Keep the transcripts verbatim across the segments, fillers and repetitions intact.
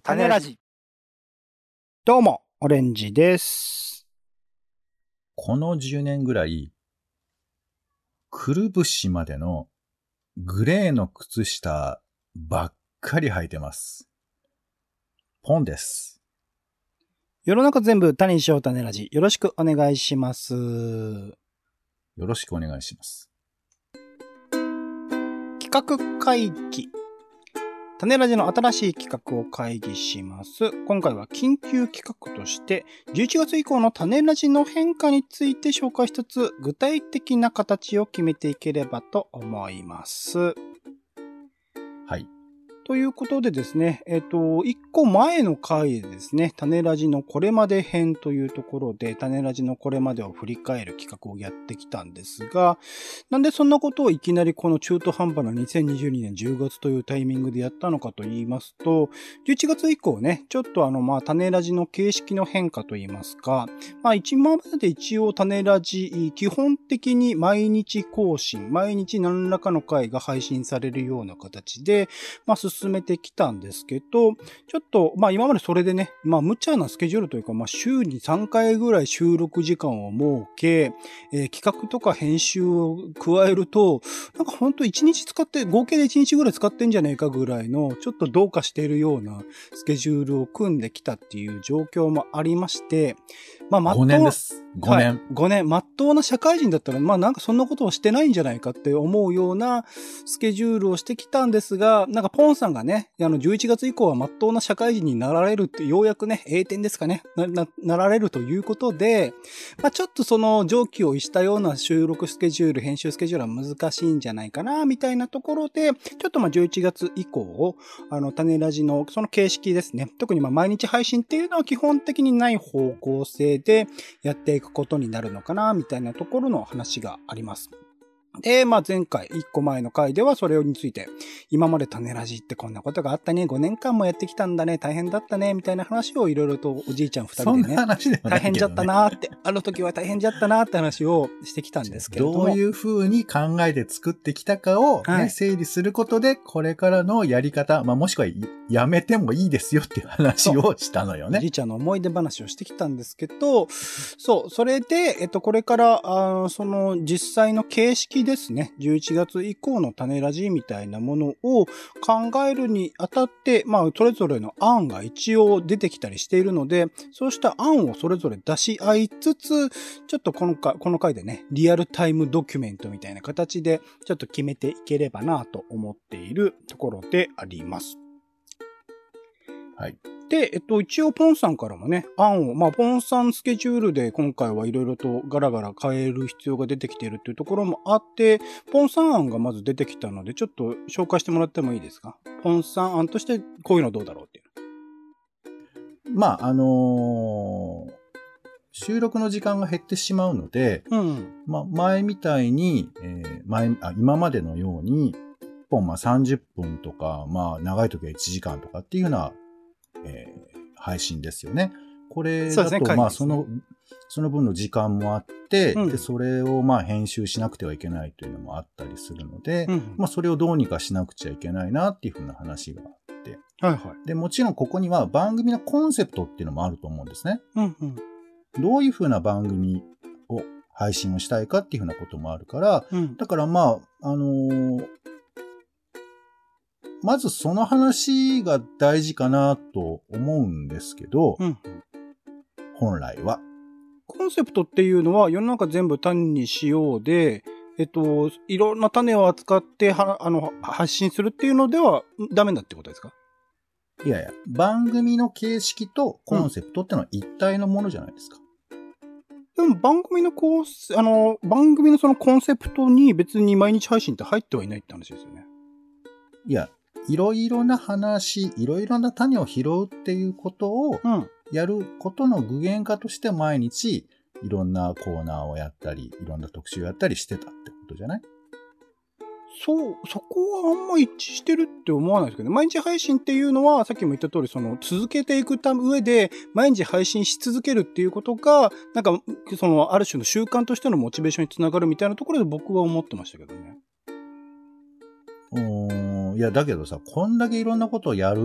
種ラジ。どうも、オレンジです。 このじゅうねんぐらい、くるぶしまでのグレーの靴下ばっかり履いてます。ポンです。 世の中全部種にしよう種ラジ。よろしくお願いします。よろしくお願いします。 企画会議。種ラジの新しい企画を会議します。今回は緊急企画として、じゅういちがつ以降の種ラジの変化について紹介しつつ、具体的な形を決めていければと思います。 はい。 ということでですね、えっと、一個前の回でですね、種ラジのこれまで編というところで、種ラジのこれまでを振り返る企画をやってきたんですが、なんでそんなことをいきなりこの中途半端なにせんにじゅうにねんじゅうがつというタイミングでやったのかと言いますと、じゅういちがつ以降ね、ちょっとあの、まあ、種ラジの形式の変化と言いますか、まあ、今まで一応種ラジ、基本的に毎日更新、毎日何らかの回が配信されるような形で、まあ、進めてきたんですけど、ちょっと、まあ今までそれでね、まあ無茶なスケジュールというか、まあ週にさんかいぐらい収録時間を設け、えー、企画とか編集を加えると、なんかほんといちにち使って、合計でいちにちぐらい使ってんじゃねえかぐらいの、ちょっとどうかしているようなスケジュールを組んできたっていう状況もありまして、まあ、まっとう。 ごねんです。ごねん。はい、 ごねん。まっとうな社会人だったら、まあなんかそんなことをしてないんじゃないかって思うようなスケジュールをしてきたんですが、なんかポンさんがね、あのじゅういちがつ以降はまっとうな社会人になられるって、ようやくね、栄転ですかね、な、な、なられるということで、まあちょっとその上記を逸したような収録スケジュール、編集スケジュールは難しいんじゃないかな、みたいなところで、ちょっとまあじゅういちがつ以降を、あの、種ラジのその形式ですね、特にまあ毎日配信っていうのは基本的にない方向性で、やっていくことになるのかなみたいなところの話があります。で、まあ前回、いっこまえの回ではそれについて、今まで種ラジってこんなことがあったね、ごねんかんもやってきたんだね、大変だったね、みたいな話をいろいろとおじいちゃんふたりでね、 そんな話でもないけどね、 大変じゃったなーって、あの時は大変じゃったなーって話をしてきたんですけれども。 どういう風に考えて作ってきたかを、ね、はい、整理することで、これからのやり方、まあもしくはやめてもいいですよっていう話をしたのよね。 おじいちゃんの思い出話をしてきたんですけど、そう、それで、えっと、これから、あその実際の形式ですね、じゅういちがつ以降の種ラジみたいなものを考えるにあたって、まあ、それぞれの案が一応出てきたりしているので、そうした案をそれぞれ出し合いつつ、ちょっとこの回、この回でね、リアルタイムドキュメントみたいな形で、ちょっと決めていければなと思っているところであります。 はい。 で、えっと、一応ポンさんからもね、案を、まあ、ポンさんスケジュールで今回はいろいろとガラガラ変える必要が出てきているというところもあって、ポンさん案がまず出てきたので、ちょっと紹介してもらってもいいですか？ポンさん案としてこういうのどうだろうっていう。 まあ、あのー、収録の時間が減ってしまうので、 うん、 まあ、前みたいに、えー、前あ、今までのように、いっぽんまあさんじゅっぷんとか、まあ長い時はいちじかんとかっていうような、えー、配信ですよね。これだと、ね、まあその、その分の時間もあって、うん、で、それをまあ編集しなくてはいけないというのもあったりするので、うん、まあそれをどうにかしなくちゃいけないなっていうふうな話があって、 はいはい。 で、もちろんここには番組のコンセプトっていうのもあると思うんですね。 うんうん、 どういうふうな番組を配信をしたいかっていうふうなこともあるから、うん、だからまあ、あのー、まずその話が大事かなと思うんですけど、うん、本来は。 コンセプトっていうのは世の中全部種にしようで、えっと、いろんな種を扱ってはあの発信するっていうのではダメだってことですか？ いやいや、番組の形式とコンセプトってのは一体のものじゃないですか。 うん、でも番組のこう、あの、番組のそのコンセプトに別に毎日配信って入ってはいないって話ですよね。 いや、いろいろな話、いろいろな種を拾うっていうことをやることの具現化として毎日いろんなコーナーをやったり、いろんな特集をやったりしてたってことじゃない？ そう、そこはあんま一致してるって思わないですけどね。毎日配信っていうのは、さっきも言った通り、その、続けていくた上で、毎日配信し続けるっていうことが、なんか、その、ある種の習慣としてのモチベーションにつながるみたいなところで僕は思ってましたけどね。 うーん、いや、だけどさ、こんだけいろんなことをやる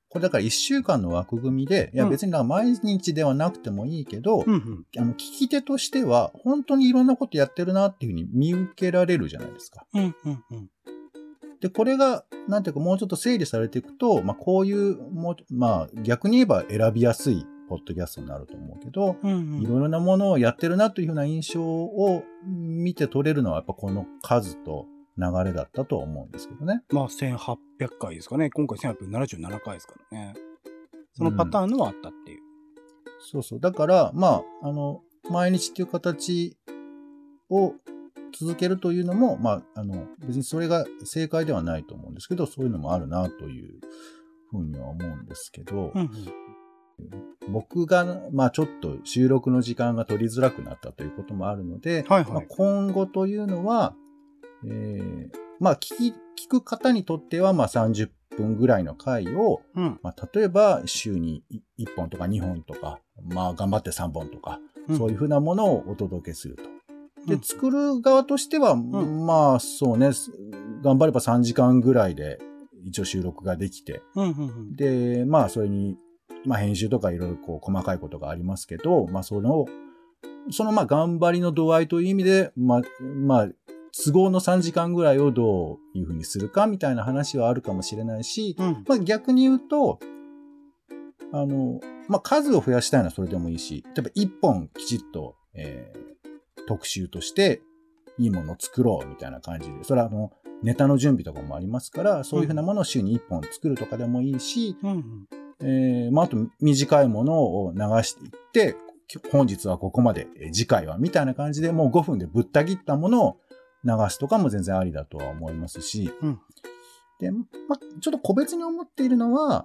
これだからいっしゅうかんの枠組みで、いや別になんか毎日ではなくてもいいけど、 うんうん、 あの、聞き手としては、本当にいろんなことやってるなっていうふうに見受けられるじゃないですか。 うんうんうん、 で、これが、なんていうかもうちょっと整理されていくと、まあこういう、もう、まあ逆に言えば選びやすいポッドキャストになると思うけど、 うんうん、 いろいろなものをやってるなというふうな印象を見て取れるのはやっぱこの数と流れだったとは思うんですけどね。 まあせんはっぴゃっかいですかね。今回せんはっぴゃくななじゅうななかいですからね。そのパターンのはあったっていう。うん、 そうそう。だから、まあ、あの、毎日っていう形を続けるというのも、まあ、あの、別にそれが正解ではないと思うんですけど、そういうのもあるなというふうには思うんですけど、 うんうん、 僕が、まあちょっと収録の時間が取りづらくなったということもあるので、 はいはい、 まあ、今後というのは、えー、まあ聞き、聞く方にとっては、まあさんじゅっぷんぐらいの回を、うん、まあ例えば週にいっぽんとかにほんとか、まあ頑張ってさんぼんとか、うん、そういうふうなものをお届けすると。で、うん、作る側としては、うん、まあそうね、頑張ればさんじかんぐらいで一応収録ができて、うんうんうん、で、まあそれに、まあ編集とかいろいろこう細かいことがありますけど、まあその、そのまあ頑張りの度合いという意味で、まあ、まあ、都合のさんじかんぐらいをどういうふうにするかみたいな話はあるかもしれないし、うん、まあ逆に言うと、あの、まあ数を増やしたいのはそれでもいいし、例えばいっぽんきちっと、えー、特集としていいものを作ろうみたいな感じで、それはあの、ネタの準備とかもありますから、そういうふうなものを週にいっぽん作るとかでもいいし、うんうんえー、まあ、あと短いものを流していって、本日はここまで、次回はみたいな感じでもうごふんでぶった切ったものを流すとかも全然ありだとは思いますし、うん、で、まあ、ちょっと個別に思っているのは、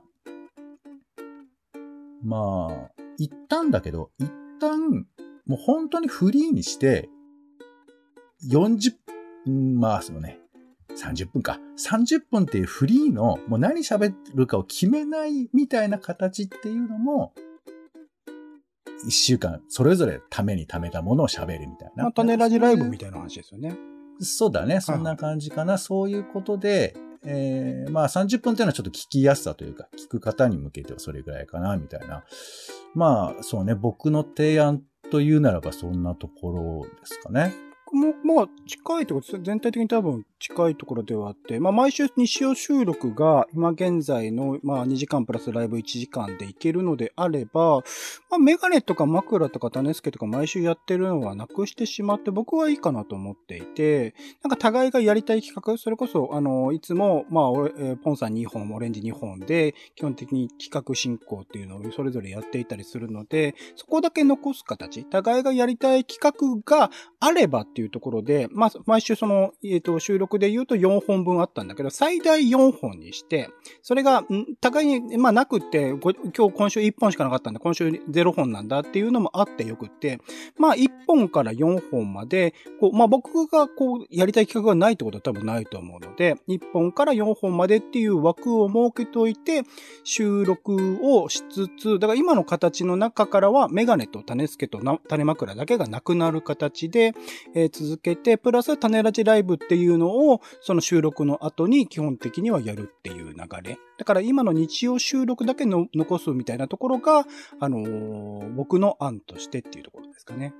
まあ、一旦だけど、一旦、もう本当にフリーにして、よんじゅっぷん、まあ、そうね、さんじゅっぷんか。さんじゅっぷんっていうフリーの、もう何喋るかを決めないみたいな形っていうのも、いっしゅうかん、それぞれために貯めたものを喋るみたいな。 まあ、種ラジライブみたいな話ですよね。 そうだね。そんな感じかな。はい、そういうことで、えー、まあさんじゅっぷんっていうのはちょっと聞きやすさというか、聞く方に向けてはそれぐらいかな、みたいな。まあ、そうね。僕の提案というならばそんなところですかね。 もまあ、近いところ、全体的に多分近いところではあって、まあ、毎週日曜収録が今現在の、まあ、にじかんプラスライブいちじかんでいけるのであれば、まあ、メガネとか枕とか種付けとか毎週やってるのはなくしてしまって僕はいいかなと思っていて、なんか互いがやりたい企画、それこそ、あの、いつも、まあ、えー、ポンさんにほん、オレンジにほんで、基本的に企画進行っていうのをそれぞれやっていたりするので、そこだけ残す形、互いがやりたい企画があればっていういうところで、まあ、毎週その、えっと、収録で言うとよんほんぶんあったんだけど、最大よんほんにして、それが、ん互いに、まあ、なくって、今日今週いっぽんしかなかったんで、今週ゼロほんなんだっていうのもあってよくって、まあ、いっぽんからよんほんまで、こう、まあ、僕がこう、やりたい企画がないってことは多分ないと思うので、いっぽんからよんほんまでっていう枠を設けといて、収録をしつつ、だから今の形の中からは、メガネと種付けと種枕だけがなくなる形で、えー続けて、プラス種ラジライブっていうのを、その収録の後に基本的にはやるっていう流れ。だから今の日曜収録だけの残すみたいなところが、あのー、僕の案としてっていうところですかね。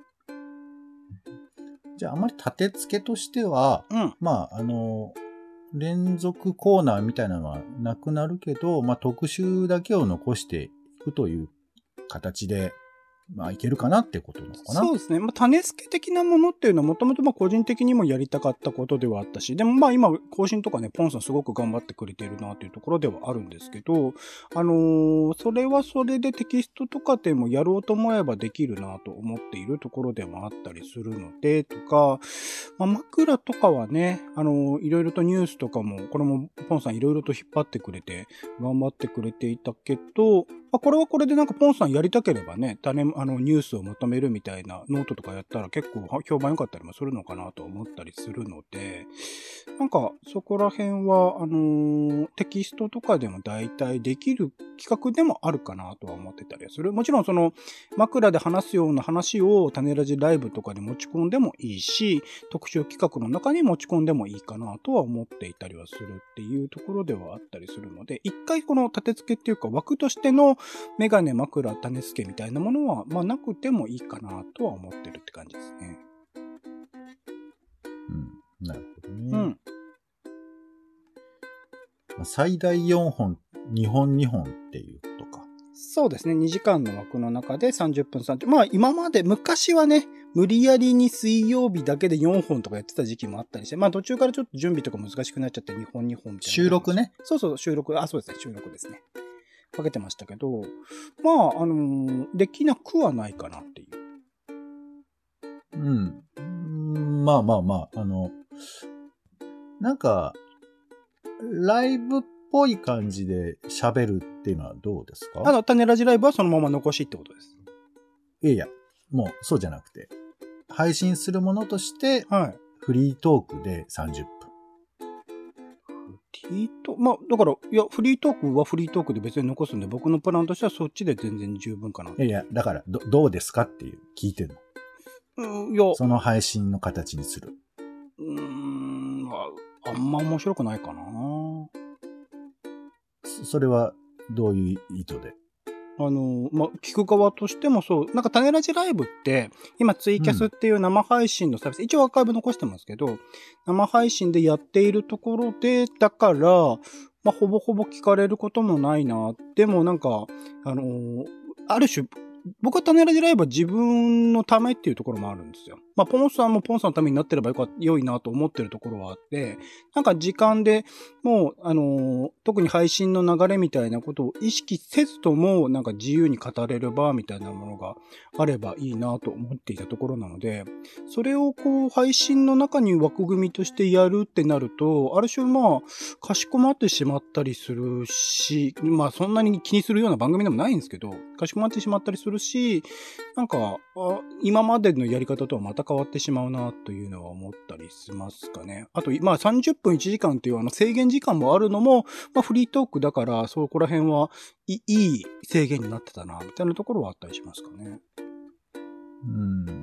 じゃあ、あまり立て付けとしては、うん、まあ、あのー、連続コーナーみたいなのはなくなるけど、まあ、特集だけを残していくという形で、まあ、いけるかなってことなのかな。 そうですね。まあ、種付け的なものっていうのはもともとまあ個人的にもやりたかったことではあったし、でもまあ今更新とかね、ポンさんすごく頑張ってくれているなというところではあるんですけど、あのー、それはそれでテキストとかでもやろうと思えばできるなと思っているところでもあったりするので、とか、まあ、枕とかはね、あのー、いろいろとニュースとかも、これもポンさんいろいろと引っ張ってくれて、頑張ってくれていたけど、 あ、これはこれでなんかポンさんやりたければね、種、あの、ニュースをまとめるみたいなノートとかやったら結構評判良かったりもするのかなと思ったりするので、なんかそこら辺は、あのーテキストとかでも大体できる企画でもあるかなとは思ってたりする。もちろんその枕で話すような話を種ラジライブとかで持ち込んでもいいし、特集企画の中に持ち込んでもいいかなとは思っていたりはするっていうところではあったりするので、一回この立て付けっていうか枠としてのメガネ枕種付けみたいなものは、まあなくてもいいかなとは思ってるって感じですね。 うん。なるほどね。 うん。 最大よんほん、にほんにほんっていうことか。 そうですね。にじかんの枠の中でさんじゅっぷんさんじゅう。まあ今まで、昔はね、無理やりに水曜日だけでよんほんとかやってた時期もあったりして、まあ途中からちょっと準備とか難しくなっちゃってにほんにほんみたいな。 収録ね。 そうそう、収録。あ、そうですね。収録ですね。かけてましたけど、まあ、あのーできなくはないかなっていう。 うん。うんまあまあまあ、あの、なんか、ライブっぽい感じで喋るっていうのはどうですか？ あの、種ラジライブはそのまま残しってことです。 いやいや、もうそうじゃなくて、配信するものとして、 はい。 フリートークでさんじゅっぷん。 フリートーク、まあ、だから、いや、フリートークはフリートークで別に残すんで、僕のプランとしてはそっちで全然十分かな。 いやいや、だからど、どうですかっていう聞いてるの。うん、いや、 その配信の形にする。 うーん、あ、あんま面白くないかな。 そそれはどういう意図で？ あの、まあ、聞く側としてもそう、なんか種ラジライブって、今ツイキャスっていう生配信のサービス、うん、一応アーカイブ残してますけど、生配信でやっているところで、だから、まあ、ほぼほぼ聞かれることもないな。でもなんか、あの、ある種、僕は種ラジライブは自分のためっていうところもあるんですよ。まあ、ポンさんもポンさんのためになってればよかった、良いなと思ってるところはあって、なんか時間でもう、あのー、特に配信の流れみたいなことを意識せずとも、なんか自由に語れる場みたいなものがあればいいなと思っていたところなので、それをこう、配信の中に枠組みとしてやるってなると、ある種まあ、かしこまってしまったりするし、まあそんなに気にするような番組でもないんですけど、かしこまってしまったりするし、なんか、あ今までのやり方とはまた変わってしまうなというのは思ったりしますかね。あと、まあさんじゅっぷんいちじかんっていうあの制限時間もあるのも、まあフリートークだから、そこら辺はいいい制限になってたな、みたいなところはあったりしますかね。 うん。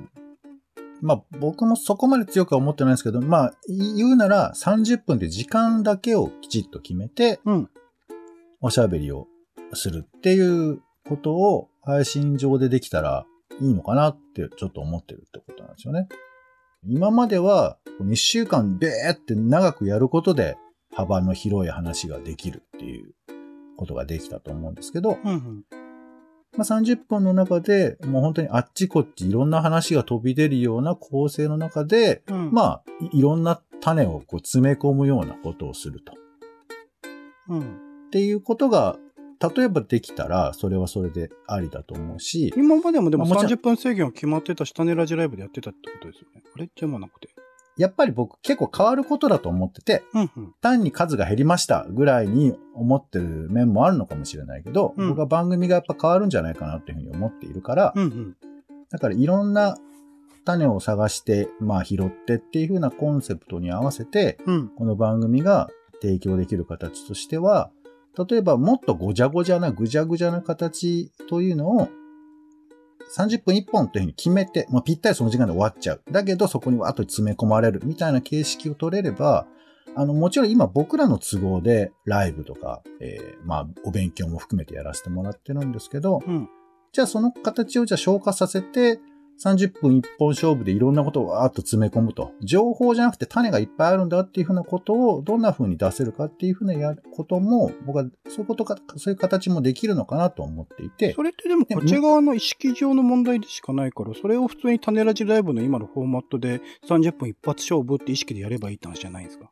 まあ僕もそこまで強くは思ってないですけど、まあ言うならさんじゅっぷんで時間だけをきちっと決めて、 うん。 おしゃべりをするっていうことを配信上でできたらいいのかなってちょっと思ってるってことなんですよね。今まではいっしゅうかんべーって長くやることで幅の広い話ができるっていうことができたと思うんですけど、 うんうんまあ、さんじゅっぷんの中でもう本当にあっちこっちいろんな話が飛び出るような構成の中で、 うん、 まあい、いろんな種をこう詰め込むようなことをすると。 うん。 っていうことが例えばできたら、それはそれでありだと思うし。 今までもでもまあ、 さんじゅっぷん制限は決まってたし、種ラジライブでやってたってことですよね。あれじゃなくて。 やっぱり僕結構変わることだと思ってて、 うんうん、 単に数が減りましたぐらいに思ってる面もあるのかもしれないけど、うん、僕は番組がやっぱ変わるんじゃないかなっていうふうに思っているから、 うんうん、 だからいろんな種を探して、まあ拾ってっていうふうなコンセプトに合わせて、うん、この番組が提供できる形としては、例えばもっとごちゃごちゃなぐちゃぐちゃな形というのをさんじゅっぷんいっぽんというふうに決めて、まあ、ぴったりその時間で終わっちゃう。だけどそこにわっと詰め込まれるみたいな形式を取れれば、あの、もちろん今僕らの都合でライブとか、えー、まあ、お勉強も含めてやらせてもらってるんですけど、うん、じゃあその形をじゃあ消化させて、さんじゅっぷん一本勝負でいろんなことをわーっと詰め込むと。情報じゃなくて種がいっぱいあるんだっていうふうなことをどんな風に出せるかっていうふうなやることも、僕はそういうことか、そういう形もできるのかなと思っていて。 それってでもこっち側の意識上の問題でしかないから、それを普通に種ラジライブの今のフォーマットでさんじゅっぷん一発勝負って意識でやればいいって話じゃないんですか？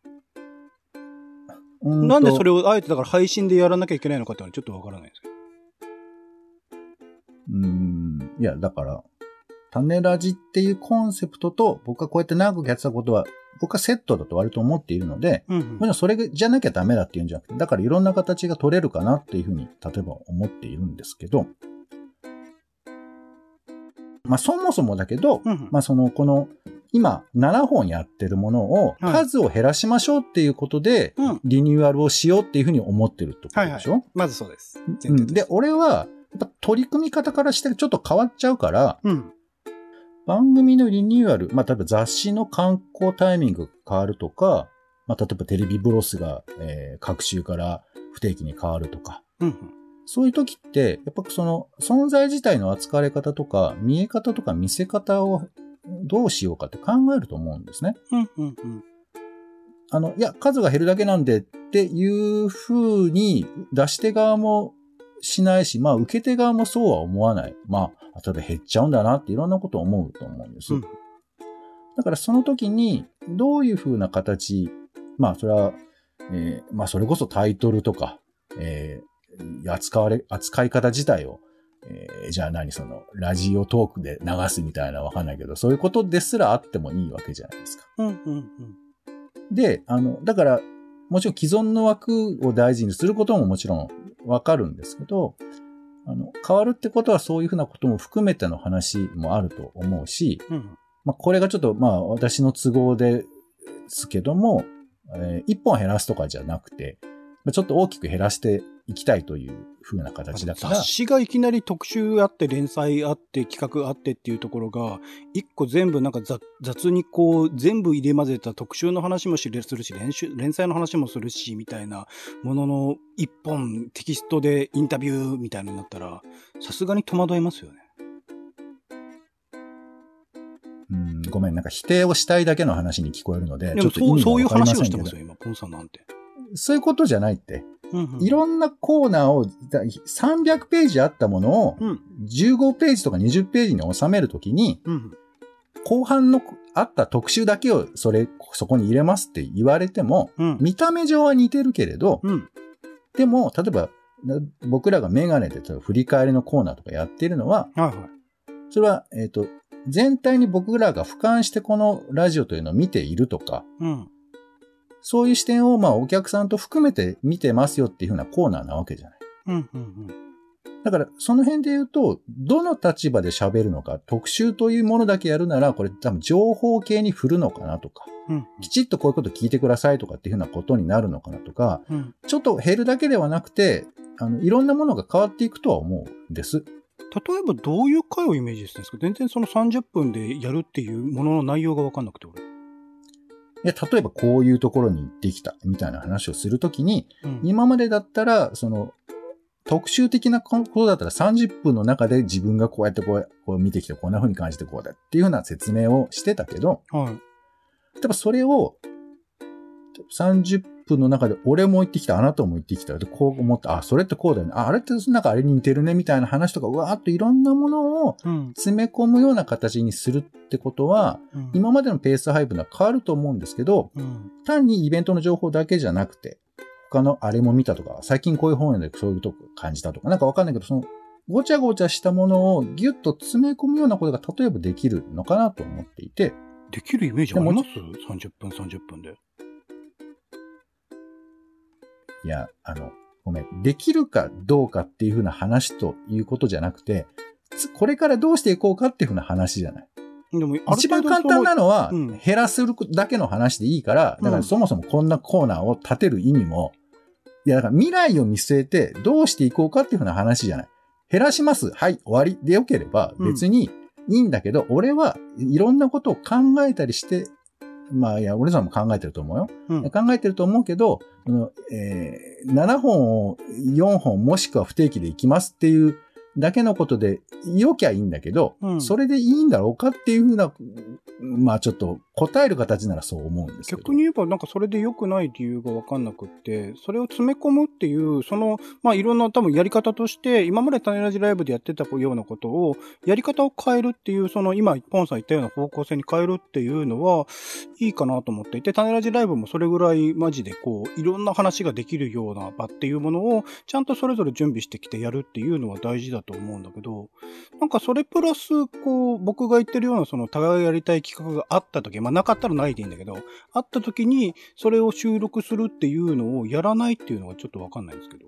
んなんでそれをあえてだから配信でやらなきゃいけないのかってのはちょっとわからないですけど。 うーん。いや、だから、種ラジっていうコンセプトと、僕がこうやって長くやってたことは僕はセットだと割と思っているので、 うんうん、 もちろんそれじゃなきゃダメだっていうんじゃなくて、だからいろんな形が取れるかなっていうふうに、例えば思っているんですけど、まあそもそもだけど、 うんうん、 まあその、この、今ななほんやってるものを数を減らしましょうっていうことで、リニューアルをしようっていうふうに思ってるってことでしょ、はいはい、 まずそうです。 うん、で、俺は、やっぱ取り組み方からしてちょっと変わっちゃうから、うん、番組のリニューアル、まあ例えば雑誌の刊行タイミングが変わるとか、まあ例えばテレビブロスが、えー、各週から不定期に変わるとか、うんうん、そういう時って、やっぱその存在自体の扱われ方とか、見え方とか見せ方をどうしようかって考えると思うんですね。 うんうんうん、 あの、いや、数が減るだけなんでっていう風に出し手側もしないし、まあ受け手側もそうは思わない。まあ、例えば減っちゃうんだなっていろんなことを思うと思うんです。うん、だからその時にどういう風な形、まあそれは、えー、まあそれこそタイトルとか、えー、扱われ、扱い方自体をえー、じゃあ何その、ラジオトークで流すみたいなわかんないけど、そういうことですらあってもいいわけじゃないですか。 うんうんうん、 で、あの、だから、もちろん既存の枠を大事にすることももちろんわかるんですけど、あの、変わるってことはそういうふうなことも含めての話もあると思うし、うん、まあこれがちょっとまあ私の都合ですけども、えー、一本減らすとかじゃなくて、ちょっと大きく減らしていきたいという風な形だから。 雑誌がいきなり特集あって連載あって企画あってっていうところが、一個全部なんか 雑, 雑にこう全部入れ混ぜた特集の話もするし、連集連載の話もするしみたいなものの一本テキストでインタビューみたいになったら、さすがに戸惑いますよね。 うん、ごめん、なんか否定をしたいだけの話に聞こえるので、 でもちょっと意味がわかりませんけど。そう、そういう話をしてますよ、今、ポンさんなんて。 そういうことじゃないって。 うんうん、 いろんなコーナーを、さんびゃくページあったものを、じゅうごページとかにじゅうページに収めるときに、うん、後半のあった特集だけをそれ、そこに入れますって言われても、うん、見た目上は似てるけれど、うん、でも、例えば、僕らがメガネで振り返りのコーナーとかやってるのは、はいはい、それは、えっと、全体に僕らが俯瞰してこのラジオというのを見ているとか、うん、そういう視点をまあお客さんと含めて見てますよっていう風なコーナーなわけじゃない。 うんうんうん、 だからその辺で言うと、どの立場で喋るのか、特集というものだけやるなら、これ多分情報系に振るのかなとか、うんうん、きちっとこういうこと聞いてくださいとかっていう風なことになるのかなとか、うん、ちょっと減るだけではなくて、あのいろんなものが変わっていくとは思うんです。 例えばどういう回をイメージしてるんですか？全然そのさんじゅっぷんでやるっていうものの内容が分かんなくて俺。 いや、例えばこういうところに行ってきたみたいな話をするときに、うん、今までだったら、その、特集的なことだったらさんじゅっぷんの中で自分がこうやってこう、こう見てきてこんな風に感じてこうだっていうような説明をしてたけど、はい、例えばそれをさんじゅっぷんの中で俺も言ってきた、あなたも言ってきた。で、こう思った。あ、それってこうだよね。あ、あれってなんかあれに似てるねみたいな話とか、うわーっといろんなものを詰め込むような形にするってことは、うん、今までのペース配分が変わると思うんですけど、うん、単にイベントの情報だけじゃなくて、他のあれも見たとか、最近こういう本でそういうとこ感じたとか、なんかわかんないけど、その、ごちゃごちゃしたものをギュッと詰め込むようなことが例えばできるのかなと思っていて。 できるイメージあります？ さんじゅっぷん、さんじゅっぷんで。 いや、あの、ごめん。できるかどうかっていうふうな話ということじゃなくて、これからどうしていこうかっていうふうな話じゃない。 でも一番簡単なのは、減らすだけの話でいいから、だからそもそもこんなコーナーを立てる意味も、いや、だから未来を見据えてどうしていこうかっていうふうな話じゃない。減らします。はい、終わりでよければ別にいいんだけど、うん、俺はいろんなことを考えたりして、まあ、いや、俺さんも考えてると思うよ。うん、考えてると思うけど、えー、ななほんをよんほんもしくは不定期でいきますっていうだけのことで良きゃいいんだけど、うん、それでいいんだろうかっていうふうな、まあちょっと答える形ならそう思うんですけど。 逆に言えばなんかそれで良くない理由が分かんなくって、それを詰め込むっていう、その、まあいろんな多分やり方として、今まで種ラジライブでやってたようなことを、やり方を変えるっていう、その今、ポンさん言ったような方向性に変えるっていうのは、いいかなと思っていて、種ラジライブもそれぐらいマジでこう、いろんな話ができるような場っていうものを、ちゃんとそれぞれ準備してきてやるっていうのは大事だと思うんだけど、なんかそれプラス、こう、僕が言ってるようなその互いやりたい企企画があった時、まあなかったらないでいいんだけど、あった時にそれを収録するっていうのをやらないっていうのがちょっとわかんないんですけど。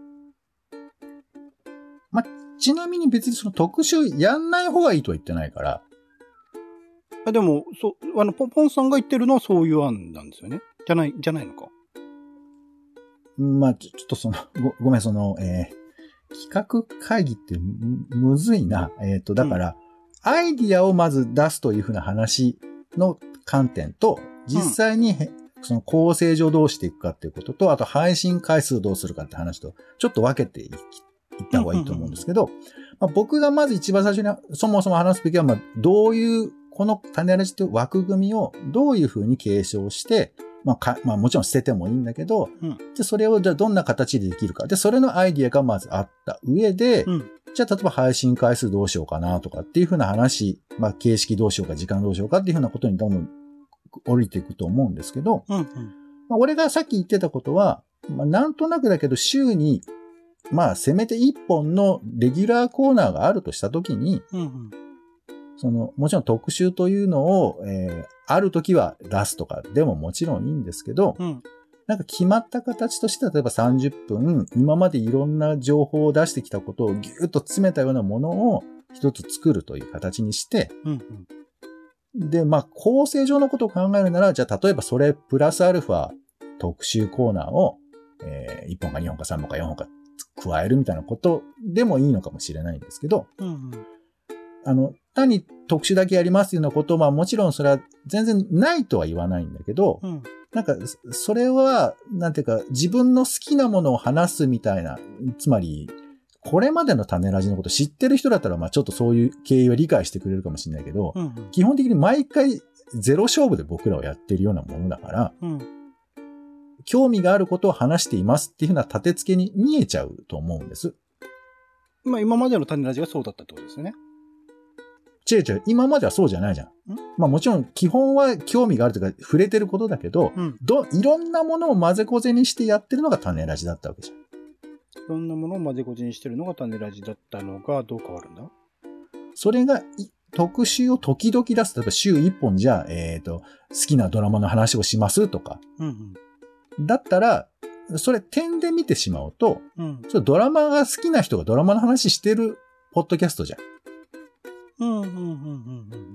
まあ、ちなみに別にその特集やんない方がいいとは言ってないから。 あでも、そう、あの、ポンポンさんが言ってるのはそういう案なんですよね。じゃない、じゃないのか。 まあ、ちょっとその、ご、ごめん、その、えー、企画会議ってむ、むずいな。えっと、だから、うん、アイディアをまず出すというふうな話の観点と、実際に、うん、その構成上どうしていくかっていうことと、あと配信回数どうするかって話と、ちょっと分けていき言った方がいいと思うんですけど、まあ、僕がまず一番最初にそもそも話すべきは、まあ、どういう、この種ラジという枠組みをどういうふうに継承して、まあか、まあもちろん捨ててもいいんだけど、うん、でそれをじゃあどんな形でできるか。で、それのアイディアがまずあった上で、うん、じゃあ例えば配信回数どうしようかなとかっていうふうな話、まあ形式どうしようか、時間どうしようかっていうふうなことにどんどん降りていくと思うんですけど、うんうん、まあ、俺がさっき言ってたことは、まあなんとなくだけど週にまあ、せめて一本のレギュラーコーナーがあるとしたときに、うんうん、その、もちろん特集というのを、えー、あるときは出すとかでももちろんいいんですけど、うん、なんか決まった形として、例えばさんじゅっぷん、今までいろんな情報を出してきたことをぎゅっと詰めたようなものを一つ作るという形にして、うんうん、で、まあ、構成上のことを考えるなら、じゃあ例えばそれプラスアルファ特集コーナーを、えー、いっぽんかにほんかさんぼんかよんほんか加えるみたいなことでもいいのかもしれないんですけど、うんうん、あの、単に特殊だけやりますというようなことは、まあもちろんそれは全然ないとは言わないんだけど、うん、なんか、それは、なんていうか、自分の好きなものを話すみたいな、つまり、これまでの種ラジのこと知ってる人だったら、まあちょっとそういう経緯を理解してくれるかもしれないけど、うんうん、基本的に毎回ゼロ勝負で僕らをやってるようなものだから、うん興味があることを話していますっていうふうな立て付けに見えちゃうと思うんです。 まあ今までの種ラジがそうだったってことですよね。 違う違う、今まではそうじゃないじゃん。んまあもちろん基本は興味があるというか触れてることだけど、うん、ど、いろんなものを混ぜこぜにしてやってるのが種ラジだったわけじゃん。 いろんなものを混ぜこぜにしてるのが種ラジだったのがどう変わるんだ？ それが特集を時々出す。例えば週いっぽんじゃ、えっと、好きなドラマの話をしますとか。うんうんだったら、それ点で見てしまうと、うん、それドラマが好きな人がドラマの話してるポッドキャストじゃん。うんうんうんうんうん、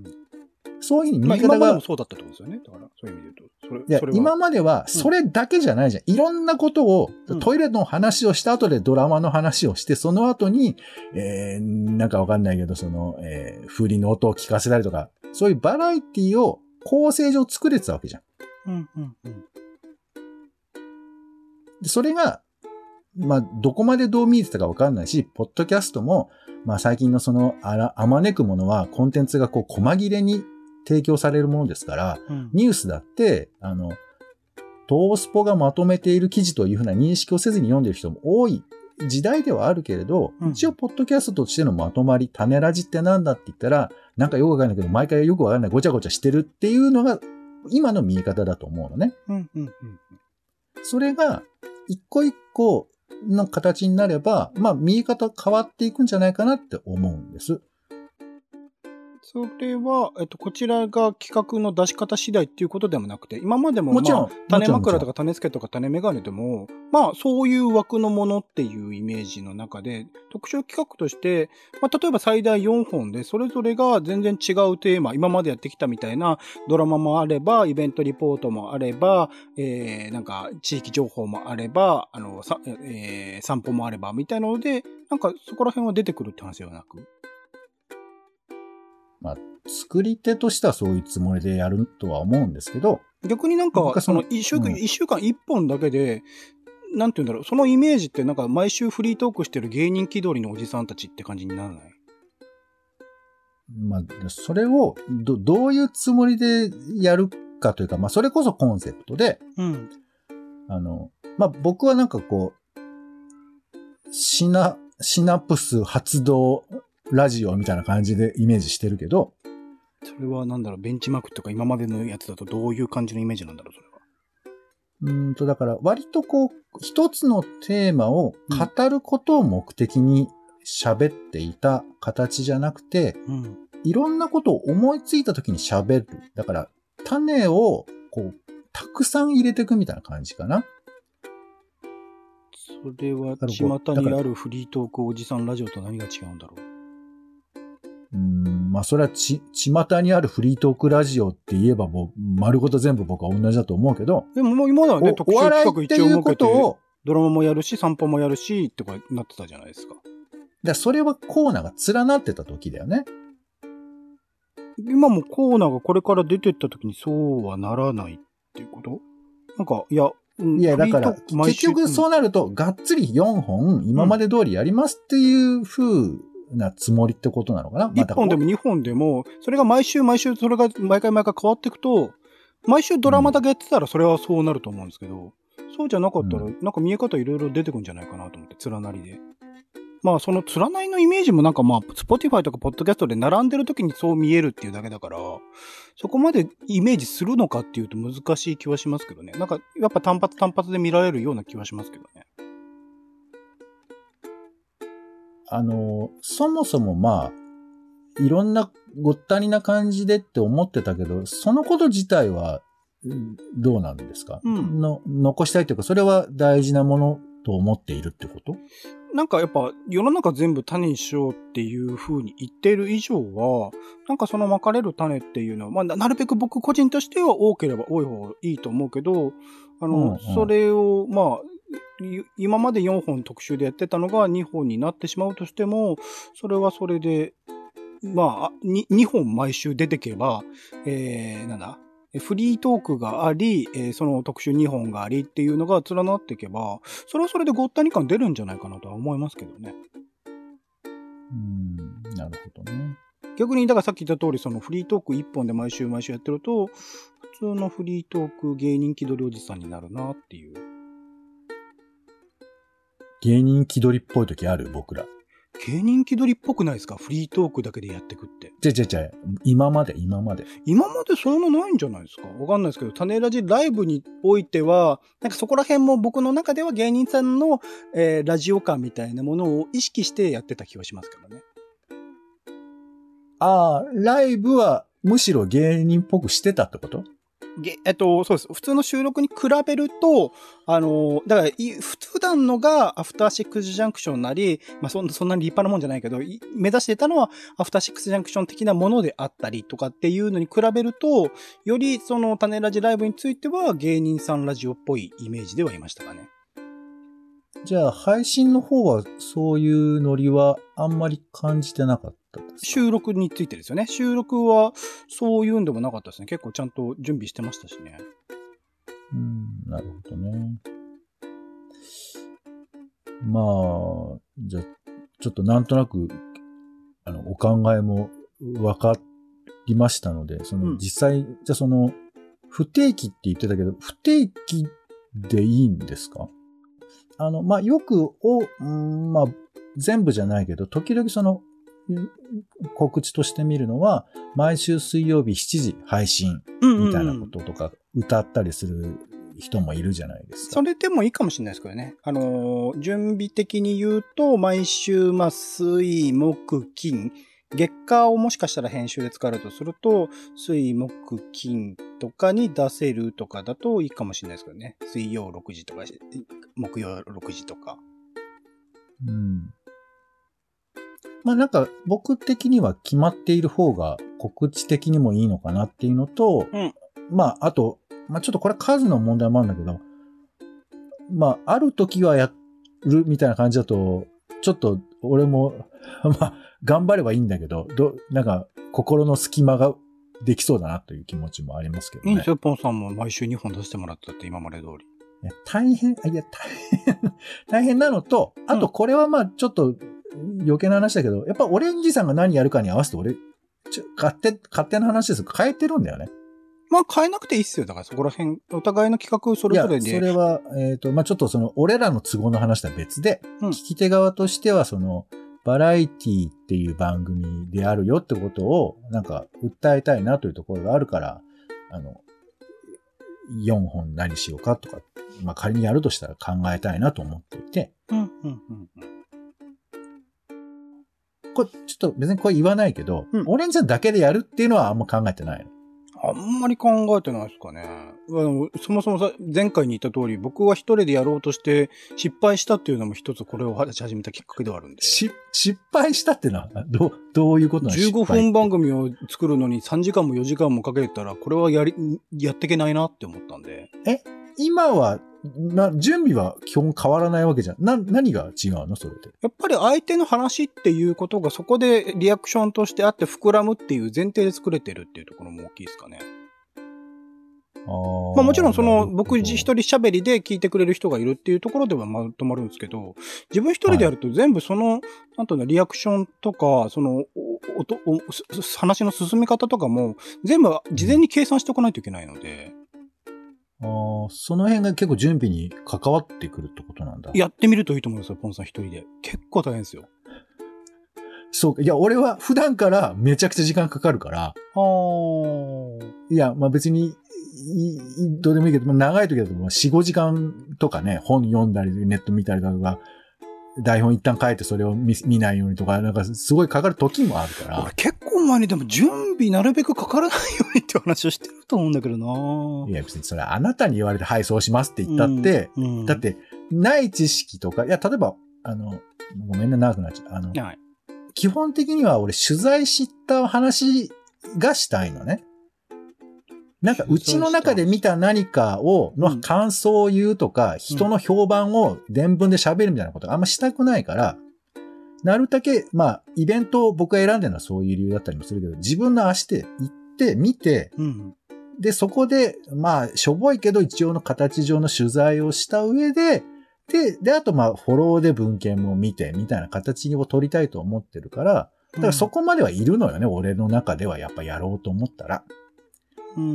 そういうふうに見方が、まあ、 今までもそうだったってことですよね。だからそういう意味で言うと、それいやそれ今まではそれだけじゃないじゃん。うん、いろんなことを、うん、トイレの話をした後でドラマの話をして、その後に、えー、なんかわかんないけど、その、えー、風鈴の音を聞かせたりとか、そういうバラエティを構成上作れてたわけじゃん。うんうんうんそれが、まあ、どこまでどう見えてたかわかんないし、ポッドキャストも、まあ最近のその、あら、あまねくものは、コンテンツがこう、細切れに提供されるものですから、うん、ニュースだって、あの、トースポがまとめている記事というふうな認識をせずに読んでいる人も多い時代ではあるけれど、うん、一応、ポッドキャストとしてのまとまり、種ラジってなんだって言ったら、なんかよくわかんないけど、毎回よくわかんない、ごちゃごちゃしてるっていうのが、今の見え方だと思うのね。うんうんうん、それが、一個一個の形になれば、まあ見え方変わっていくんじゃないかなって思うんです。 それは、えっと、こちらが企画の出し方次第っていうことでもなくて、今までも、まあ、 もちろん種枕とか種付けとか種メガネでも、まあ、そういう枠のものっていうイメージの中で、特集企画として、まあ、例えば最大よんほんで、それぞれが全然違うテーマ、今までやってきたみたいなドラマもあれば、イベントリポートもあれば、えー、なんか、地域情報もあれば、あの、さえー、散歩もあれば、みたいなので、なんか、そこら辺は出てくるって話ではなく、 まあ、作り手としてはそういうつもりでやるとは思うんですけど。 逆になんか、その一週間、一週間一本だけで、なんて言うんだろう、そのイメージってなんか毎週フリートークしてる芸人気取りのおじさんたちって感じにならない？ まあ、それをど、どういうつもりでやるかというか、まあ、それこそコンセプトで、うん。あの、まあ、僕はなんかこう、シナ、シナプス発動、ラジオみたいな感じでイメージしてるけど。 それはなんだろう、ベンチマークとか今までのやつだとどういう感じのイメージなんだろう、それは。 うーんと、だから割とこう、一つのテーマを語ることを目的に喋っていた形じゃなくて、うん、 いろんなことを思いついた時に喋る。だから、種を、こう、たくさん入れていくみたいな感じかな。 それは、巷にあるフリートークおじさんラジオと何が違うんだろう。 うーん、まあ、それはち、巷にあるフリートークラジオって言えばもう、丸ごと全部僕は同じだと思うけど。 でももう今だよね、特集企画一応設けて、 をドラマもやるし、散歩もやるし、とかなってたじゃないですか。 だそれはコーナーが連なってた時だよね。 今もコーナーがこれから出てった時にそうはならないっていうこと？なんか、いや、 うん、いや、だから、結局そうなると、がっつりよんほん、今まで通りやりますっていう風なつもりってことなのかな、うん、 いっぽんでもにほんでも、それが毎週毎週、それが毎回毎回変わっていくと、毎週ドラマだけやってたらそれはそうなると思うんですけど、うん、そうじゃなかったら、なんか見え方いろいろ出てくるんじゃないかなと思って、連なりで。まあ、その連なりのイメージもなんかまあ、Spotify とか Podcast で並んでる時にそう見えるっていうだけだから、そこまでイメージするのかっていうと難しい気はしますけどね。なんか、やっぱ単発単発で見られるような気はしますけどね。 あの、そもそもまあ、いろんなごったにな感じでって思ってたけど、そのこと自体はどうなんですか、うん、の残したいというか、それは大事なものと思っているってこと？ なんかやっぱ世の中全部種にしようっていう風に言っている以上は、なんかそのまかれる種っていうのは、まあなるべく僕個人としては多ければ多い方がいいと思うけど、あの、うんうん、それをまあ、今までよんほん特集でやってたのがにほんになってしまうとしても、それはそれで、まあ、ににほん毎週出てけば、えー、なんだフリートークがあり、えー、その特集にほんがありっていうのが連なっていけば、それはそれでごったに感出るんじゃないかなとは思いますけどね。 うーん、なるほどね。 逆に、だからさっき言った通り、そのフリートークいっぽんで毎週毎週やってると、普通のフリートーク芸人気取りおじさんになるなっていう。 芸人気取りっぽい時ある？僕ら。 芸人気取りっぽくないですか？フリートークだけでやってくって。 ちゃちゃちゃ、今まで、今まで。 今までそんなないんじゃないですか？わかんないですけど、種ラジライブにおいては、なんかそこら辺も僕の中では芸人さんの、えー、ラジオ感みたいなものを意識してやってた気はしますけどね。 ああ、ライブはむしろ芸人っぽくしてたってこと？ えっと、そうです。普通の収録に比べると、あの、だから、普段のがアフターシックスジャンクションなり、まあそんな、そんなに立派なもんじゃないけど、目指してたのはアフターシックスジャンクション的なものであったりとかっていうのに比べると、よりその種ラジライブについては芸人さんラジオっぽいイメージではいましたかね。 じゃあ、配信の方はそういうノリはあんまり感じてなかったですか？ 収録についてですよね。収録はそういうんでもなかったですね。結構ちゃんと準備してましたしね。 うん、なるほどね。まあ、じゃあ、ちょっとなんとなく、あの、お考えも分かりましたので、その、実際、うん、じゃあその、不定期って言ってたけど、不定期でいいんですか？あの、まあ、よくを、うん、まあ、全部じゃないけど、時々その、告知として見るのは、毎週水曜日しちじ配信みたいなこととか歌ったりする人もいるじゃないですか。 それでもいいかもしれないですけどね。あのー、準備的に言うと、毎週、まあ、水、木、金、月火をもしかしたら編集で使うとすると、水、木、金とかに出せるとかだといいかもしれないですけどね。水曜ろくじとか、木曜ろくじとか。 うん。まあなんか僕的には決まっている方が告知的にもいいのかなっていうのと、うん、まああと、まあちょっとこれ数の問題もあるんだけど、まあある時はやるみたいな感じだと、ちょっと俺も、まあ頑張ればいいんだけど、ど、なんか心の隙間ができそうだなという気持ちもありますけどね。 いいんですよ、ポンさんも毎週にほん出してもらったって今まで通り。 いや大変、いや大変、大変なのと、あとこれはまあちょっと、余計な話だけど、やっぱオレンジさんが何やるかに合わせて俺、ちょ勝手、勝手な話です。変えてるんだよね。 まあ変えなくていいっすよ。だからそこら辺、お互いの企画それぞれで。 いや、それは、えっと、まあちょっとその、俺らの都合の話とは別で、うん、聞き手側としてはその、バラエティっていう番組であるよってことを、なんか、訴えたいなというところがあるから、あの、よんほん何しようかとか、まあ仮にやるとしたら考えたいなと思っていて、 うんうんうんうんこれちょっと別にこれ言わないけど、 うんオレンジさんだけでやるっていうのはあんま考えてないの。 あんまり考えてないですかね。あのそもそもさ、前回に言った通り、僕は一人でやろうとして失敗したっていうのも一つこれを始めたきっかけではあるんで。 し、失敗したってのは、どう、どういうことなの？ じゅうごふん番組を作るのにさんじかんもよじかんもかけてたら、これはやり、やっていけないなって思ったんで。 え、今は、な、準備は基本変わらないわけじゃん。な、何が違うのそれで。 やっぱり相手の話っていうことがそこでリアクションとしてあって膨らむっていう前提で作れてるっていうところも大きいですかね。 あーまあもちろんそのなるほど僕一人喋りで聞いてくれる人がいるっていうところではまとまるんですけど、自分一人でやると全部その、なんとね、リアクションとか、その、お、おと、お、す話の進め方とかも全部事前に計算しておかないといけないので、 あーその辺が結構準備に関わってくるってことなんだ。 やってみるといいと思いますよ、ポンさん一人で。結構大変ですよ。 そうか。いや、俺は普段からめちゃくちゃ時間かかるから、 あー。 いや、まあ別に、いいどうでもいいけど、まあ長い時だともうよん、ごじかんとかね、本読んだり、ネット見たりとか、台本一旦書いてそれを 見, 見ないようにとか、なんかすごいかかる時もあるから。 俺結構前にでも準備なるべくかからないようにって話をしてると思うんだけどないや別にそれあなたに言われて、はい、そうしますって言ったって、 うんうん、 だって、ない知識とか、いや、例えば、あの、ごめんね、長くなっちゃう。あの、 はい、 基本的には俺取材した話がしたいのね。なんか、うちの中で見た何かを、の感想を言うとか、うん、人の評判を伝聞で喋るみたいなことがあんましたくないから、なるだけ、まあ、イベントを僕が選んでるのはそういう理由だったりもするけど、自分の足で行って、見て、うん、で、そこで、まあ、しょぼいけど一応の形上の取材をした上で、で、で、あとまあ、フォローで文献も見て、みたいな形を取りたいと思ってるから、だからそこまではいるのよね、うん、俺の中ではやっぱやろうと思ったら。 うん、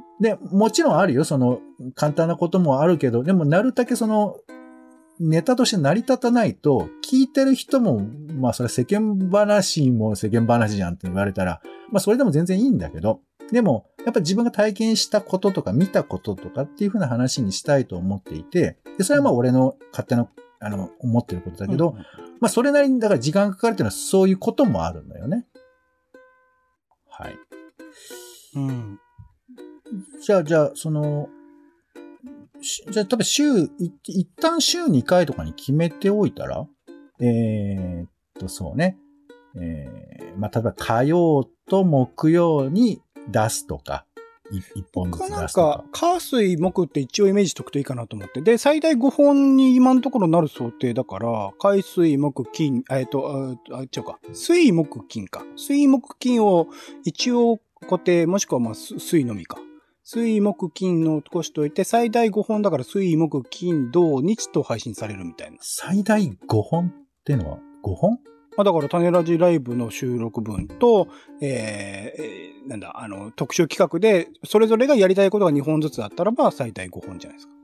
で、もちろんあるよ、その、簡単なこともあるけど、でもなるだけその、ネタとして成り立たないと、聞いてる人も、まあそれ世間話も世間話じゃんって言われたら、まあそれでも全然いいんだけど、でも、やっぱ自分が体験したこととか見たこととかっていう風な話にしたいと思っていて、で、それはまあ俺の勝手な、あの、思ってることだけど、うん、まあそれなりにだから時間かかるっていうのはそういうこともあるんだよね。はい。 うん。 じゃあ、じゃあ、その、じゃあ、多分週、一旦週にかいとかに決めておいたら、えー、っと、そうね。えー、まあ、例えば火曜と木曜に出すとか、一本ずつ出すとか。なんか、 火水木って一応イメージしとくといいかなと思って。で、最大ごほんに今のところなる想定だから、海水木金、えっと、あ、違うか。水木金か。水木金を一応固定、もしくはまあ、水のみか。水木金の残しといて、最大ごほんだから水木金土日と配信されるみたいな。 最大ごほんってのはごほん？ まあだから種ラジライブの収録分と、えー、えー、なんだ、あの、特集企画で、それぞれがやりたいことがにほんずつあったらば、最大ごほんじゃないですか。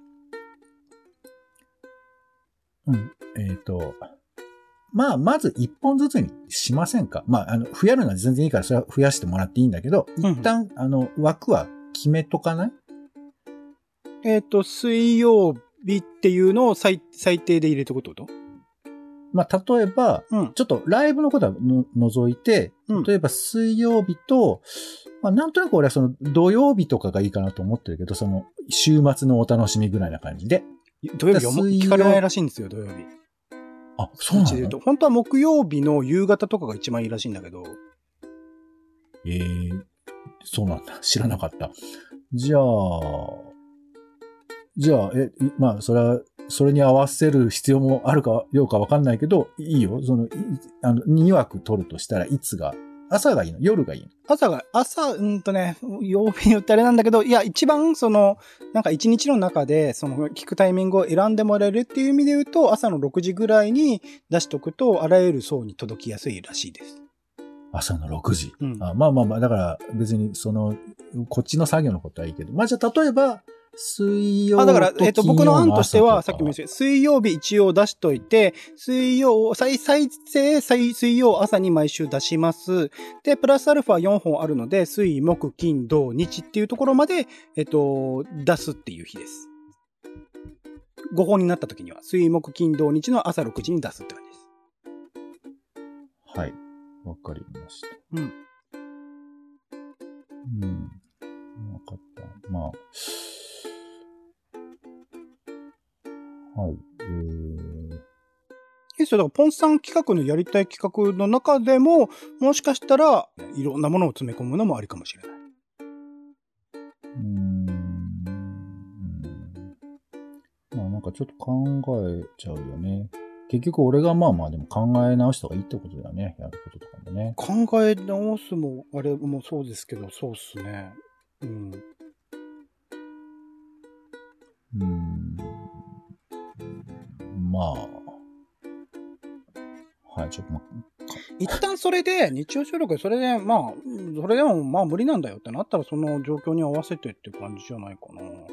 うん。えっと、まあ、まずいっぽんずつにしませんか？まあ、あの、増やるのは全然いいから、それは増やしてもらっていいんだけど、一旦、うん、あの、枠は決めとかない？ えっと、水曜日っていうのを最、最低で入れておくってこと？ まあ、例えば、うん、ちょっとライブのことはの除いて、例えば水曜日と、うん、まあ、なんとなく俺はその土曜日とかがいいかなと思ってるけど、その週末のお楽しみぐらいな感じで。 土曜日は聞かれないらしいんですよ、土曜日。 あ、そうなの？ 本当は木曜日の夕方とかが一番いいらしいんだけど。 ええー、そうなんだ。知らなかった。じゃあ、じゃあ、え、まあ、それは、それに合わせる必要もあるか、ようかわかんないけど、いいよ。その、あの、に枠取るとしたらいつが、朝がいいの？夜がいいの？ 朝が、朝、うんとね、曜日によってあれなんだけど、いや、一番その、なんか一日の中で、その、聞くタイミングを選んでもらえるっていう意味で言うと、朝のろくじぐらいに出しとくと、あらゆる層に届きやすいらしいです。 朝のろくじ。 うん、 あまあまあまあ、だから別にその、こっちの作業のことはいいけど。まあじゃあ例えば、水曜と金曜の朝とか。 あ、だから、えっと、僕の案としては、さっきも言いました水曜日一応出しといて、水曜、再、再生、水曜朝に毎週出します。で、プラスアルファよんほんあるので、水、木、金、土、日っていうところまで、えっと、出すっていう日です。ごほんになった時には、水、木、金、土、日の朝ろくじに出すって感じです。 はい。 わかりました。 うん。 うん。わかった。まあ。はい。えー。 いいですよ。だから、ポンさん企画のやりたい企画の中でも、もしかしたら、いろんなものを詰め込むのもありかもしれない。 うーん。まあなんかちょっと考えちゃうよね。結局俺がまあまあでも考え直した方がいいってことだよね。やることとかもね。 考え直すも、あれもそうですけど、そうっすね。うん。 うーん。まあ。はい、ちょっとまあ。 一旦それで、日曜収録でそれで、まあ、それでもまあ無理なんだよってなったら、その状況に合わせてっていう感じじゃないかな、多分。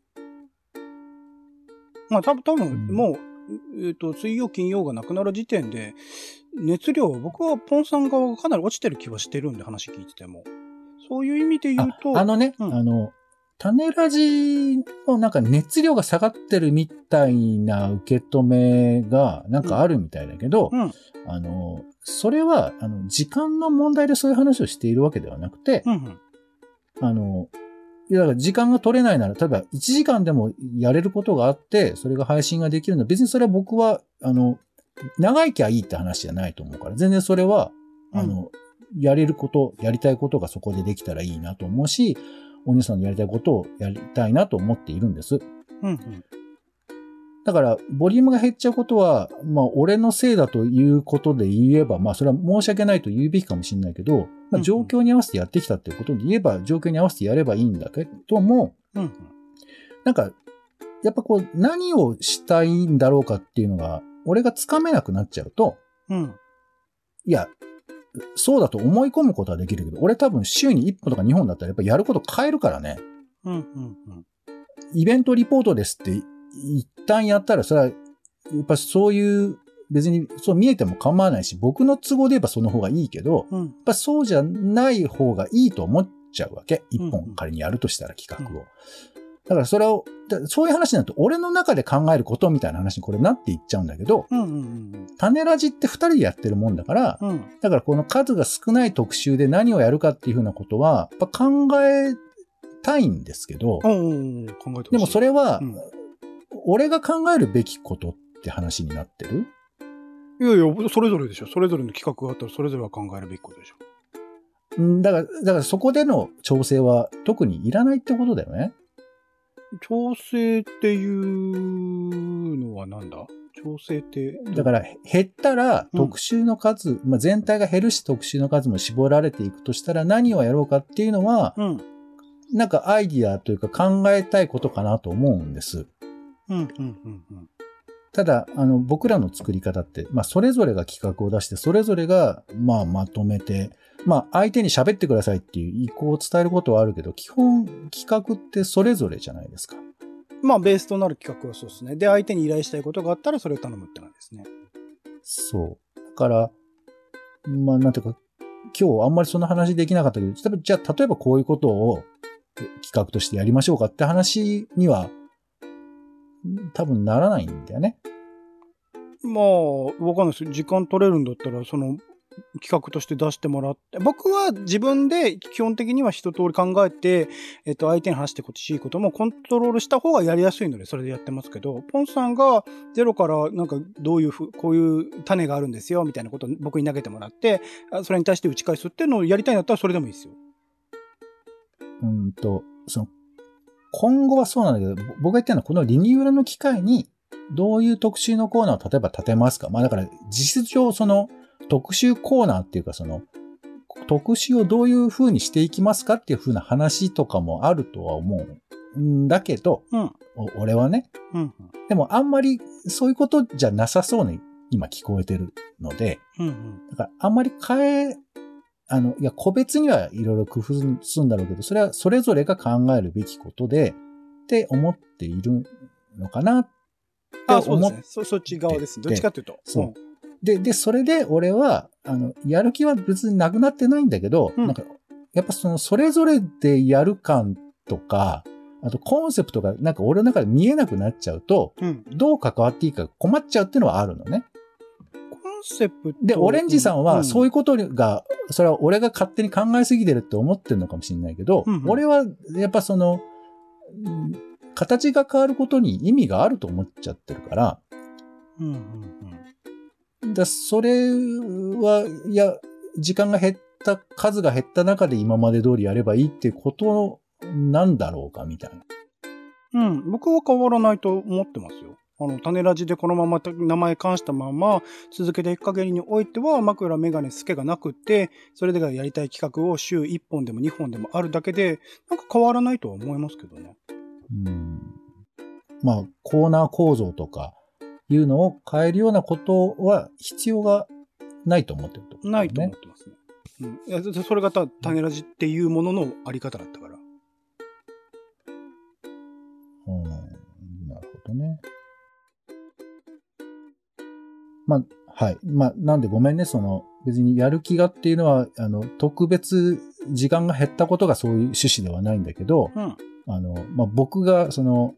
まあ多分、多分、もう、えっと、水曜、金曜がなくなる時点で、熱量は僕はポンさんがかなり落ちてる気はしてるんで、話聞いてても。そういう意味で言うと。 あ、あのね、うん、あの、種ラジのなんか熱量が下がってるみたいな受け止めがなんかあるみたいだけど、うんうん、あの、それは、あの、時間の問題でそういう話をしているわけではなくて、うんうん、あの、いやだから時間が取れないなら、例えばいちじかんでもやれることがあって、それが配信ができるのは、別にそれは僕は、あの、長生きはいいって話じゃないと思うから、全然それは、あの、うん、やれること、やりたいことがそこでできたらいいなと思うし、お兄さんのやりたいことをやりたいなと思っているんです。うんうん、だから、ボリュームが減っちゃうことは、まあ、俺のせいだということで言えば、まあ、それは申し訳ないと言うべきかもしれないけど、まあ、状況に合わせてやってきたっていうことで言えば、状況に合わせてやればいいんだけども、うんうん、なんか、やっぱこう、何をしたいんだろうかっていうのが、俺がつかめなくなっちゃうと、うん、いや、そうだと思い込むことはできるけど、俺多分週にいっぽんとかにほんだったらやっぱやること変えるからね。うんうんうん、イベントリポートですって一旦やったら、それは、やっぱそういう、別にそう見えても構わないし、僕の都合で言えばその方がいいけど、うん、やっぱそうじゃない方がいいと思っちゃうわけ。一本仮にやるとしたら企画を。うん、だからそれを、そういう話になると、俺の中で考えることみたいな話にこれなっていっちゃうんだけど、うんうんうん、種ラジって二人でやってるもんだから、うん、だからこの数が少ない特集で何をやるかっていうふうなことは、やっぱ考えたいんですけど、うんうんうん、考えてほしい。でもそれは、うん、俺が考えるべきことって話になってる？ いやいや、それぞれでしょ。それぞれの企画があったらそれぞれは考えるべきことでしょ。 んだから、だからそこでの調整は特にいらないってことだよね。 調整っていうのはなんだ？調整って。 だから減ったら特集の数、うん、まあ、全体が減るし特集の数も絞られていくとしたら何をやろうかっていうのは、うん、なんかアイディアというか考えたいことかなと思うんです。うんうんうんうん、ただ、あの、僕らの作り方って、まあ、それぞれが企画を出して、それぞれが、まあ、まとめて、まあ、相手に喋ってくださいっていう意向を伝えることはあるけど、基本、企画ってそれぞれじゃないですか。 まあ、ベースとなる企画はそうですね。で、相手に依頼したいことがあったら、それを頼むって感じですね。 そう。だから、まあ、なんていうか、今日あんまりその話できなかったけど、じゃあ、例えばこういうことを企画としてやりましょうかって話には、多分ならないんだよね。 まあ、わかんないです。時間取れるんだったら、その企画として出してもらって、僕は自分で基本的には一通り考えて、えっと、相手に話してほしいこともコントロールした方がやりやすいので、それでやってますけど、ポンさんがゼロからなんかどういうふう、こういう種があるんですよ、みたいなことを僕に投げてもらって、それに対して打ち返すっていうのをやりたいんだったらそれでもいいですよ。 うんと、その、今後はそうなんだけど、僕が言ってるのはこのリニューアルの機会に、どういう特集のコーナーを例えば立てますか？まあだから、実質上その特集コーナーっていうかその、特集をどういう風にしていきますかっていう風な話とかもあるとは思うんだけど、うん、俺はね、うんうん。でもあんまりそういうことじゃなさそうに今聞こえてるので、うんうん、だからあんまり変え、あの、いや、個別にはいろいろ工夫するんだろうけど、それはそれぞれが考えるべきことで、って思っているのかなって思って。あ、そうですね。 そ、そっち側です。どっちかというと。 そう。うん、で、で、それで俺は、あの、やる気は別になくなってないんだけど、うん、なんか、やっぱその、それぞれでやる感とか、あとコンセプトがなんか俺の中で見えなくなっちゃうと、うん、どう関わっていいか困っちゃうっていうのはあるのね。 コンンセプト。 で、オレンジさんはそういうことが、うん、それは俺が勝手に考えすぎてるって思ってるのかもしれないけど、うんうん、俺はやっぱその、形が変わることに意味があると思っちゃってるから、うんうんうん、だそれは、いや、時間が減った、数が減った中で今まで通りやればいいっていうことなんだろうかみたいな。うん、僕は変わらないと思ってますよ。あの、種ラジでこのまま名前冠したまま続けていく限りにおいては、枕メガネスケがなくって、それでやりたい企画を週いっぽんでもにほんでもあるだけで、なんか変わらないとは思いますけどね。 うん。まあ、コーナー構造とかいうのを変えるようなことは必要がないと思ってると、 ね。ないと思ってますね。うん。いや、それが種ラジっていうもののあり方だったから。 うん。なるほどね。まあ、はい。まあ、なんでごめんね、その、別にやる気がっていうのは、あの、特別時間が減ったことがそういう趣旨ではないんだけど、うん、あの、まあ、僕が、その、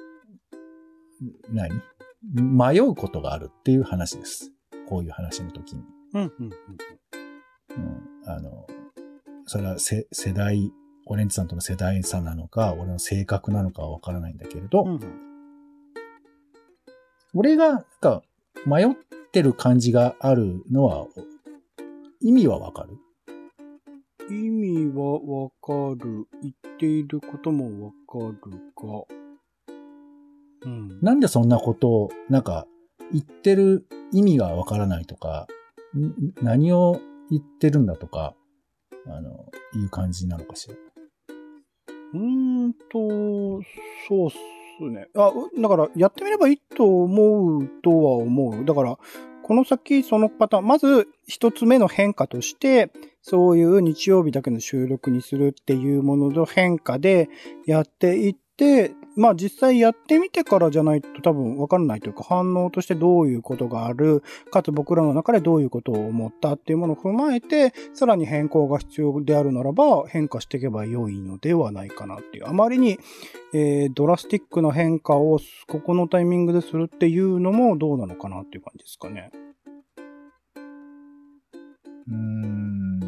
何迷うことがあるっていう話です。こういう話の時に。うん、うん、うん。うん。あの、それはせ世代、オレンジさんとの世代差なのか、俺の性格なのかはわからないんだけれど、うん、俺が、なんか、迷ってる感じがあるのは、意味はわかる？ 意味はわかる。言っていることもわかるが、 うん、なんでそんなことを、なんか、言ってる意味がわからないとか、何を言ってるんだとか、あの、いう感じなのかしら。 うーんと、そうっすね。あ、だから、やってみればいいと思うとは思う。だから、この先、そのパターン、まず、一つ目の変化として、そういう日曜日だけの収録にするっていうものの変化でやっていって、まあ実際やってみてからじゃないと多分わからないというか、反応としてどういうことがある、かつ僕らの中でどういうことを思ったっていうものを踏まえて、さらに変更が必要であるならば変化していけば良いのではないかなっていう。あまりに、えー、ドラスティックな変化をここのタイミングでするっていうのもどうなのかなっていう感じですかね。 うーん。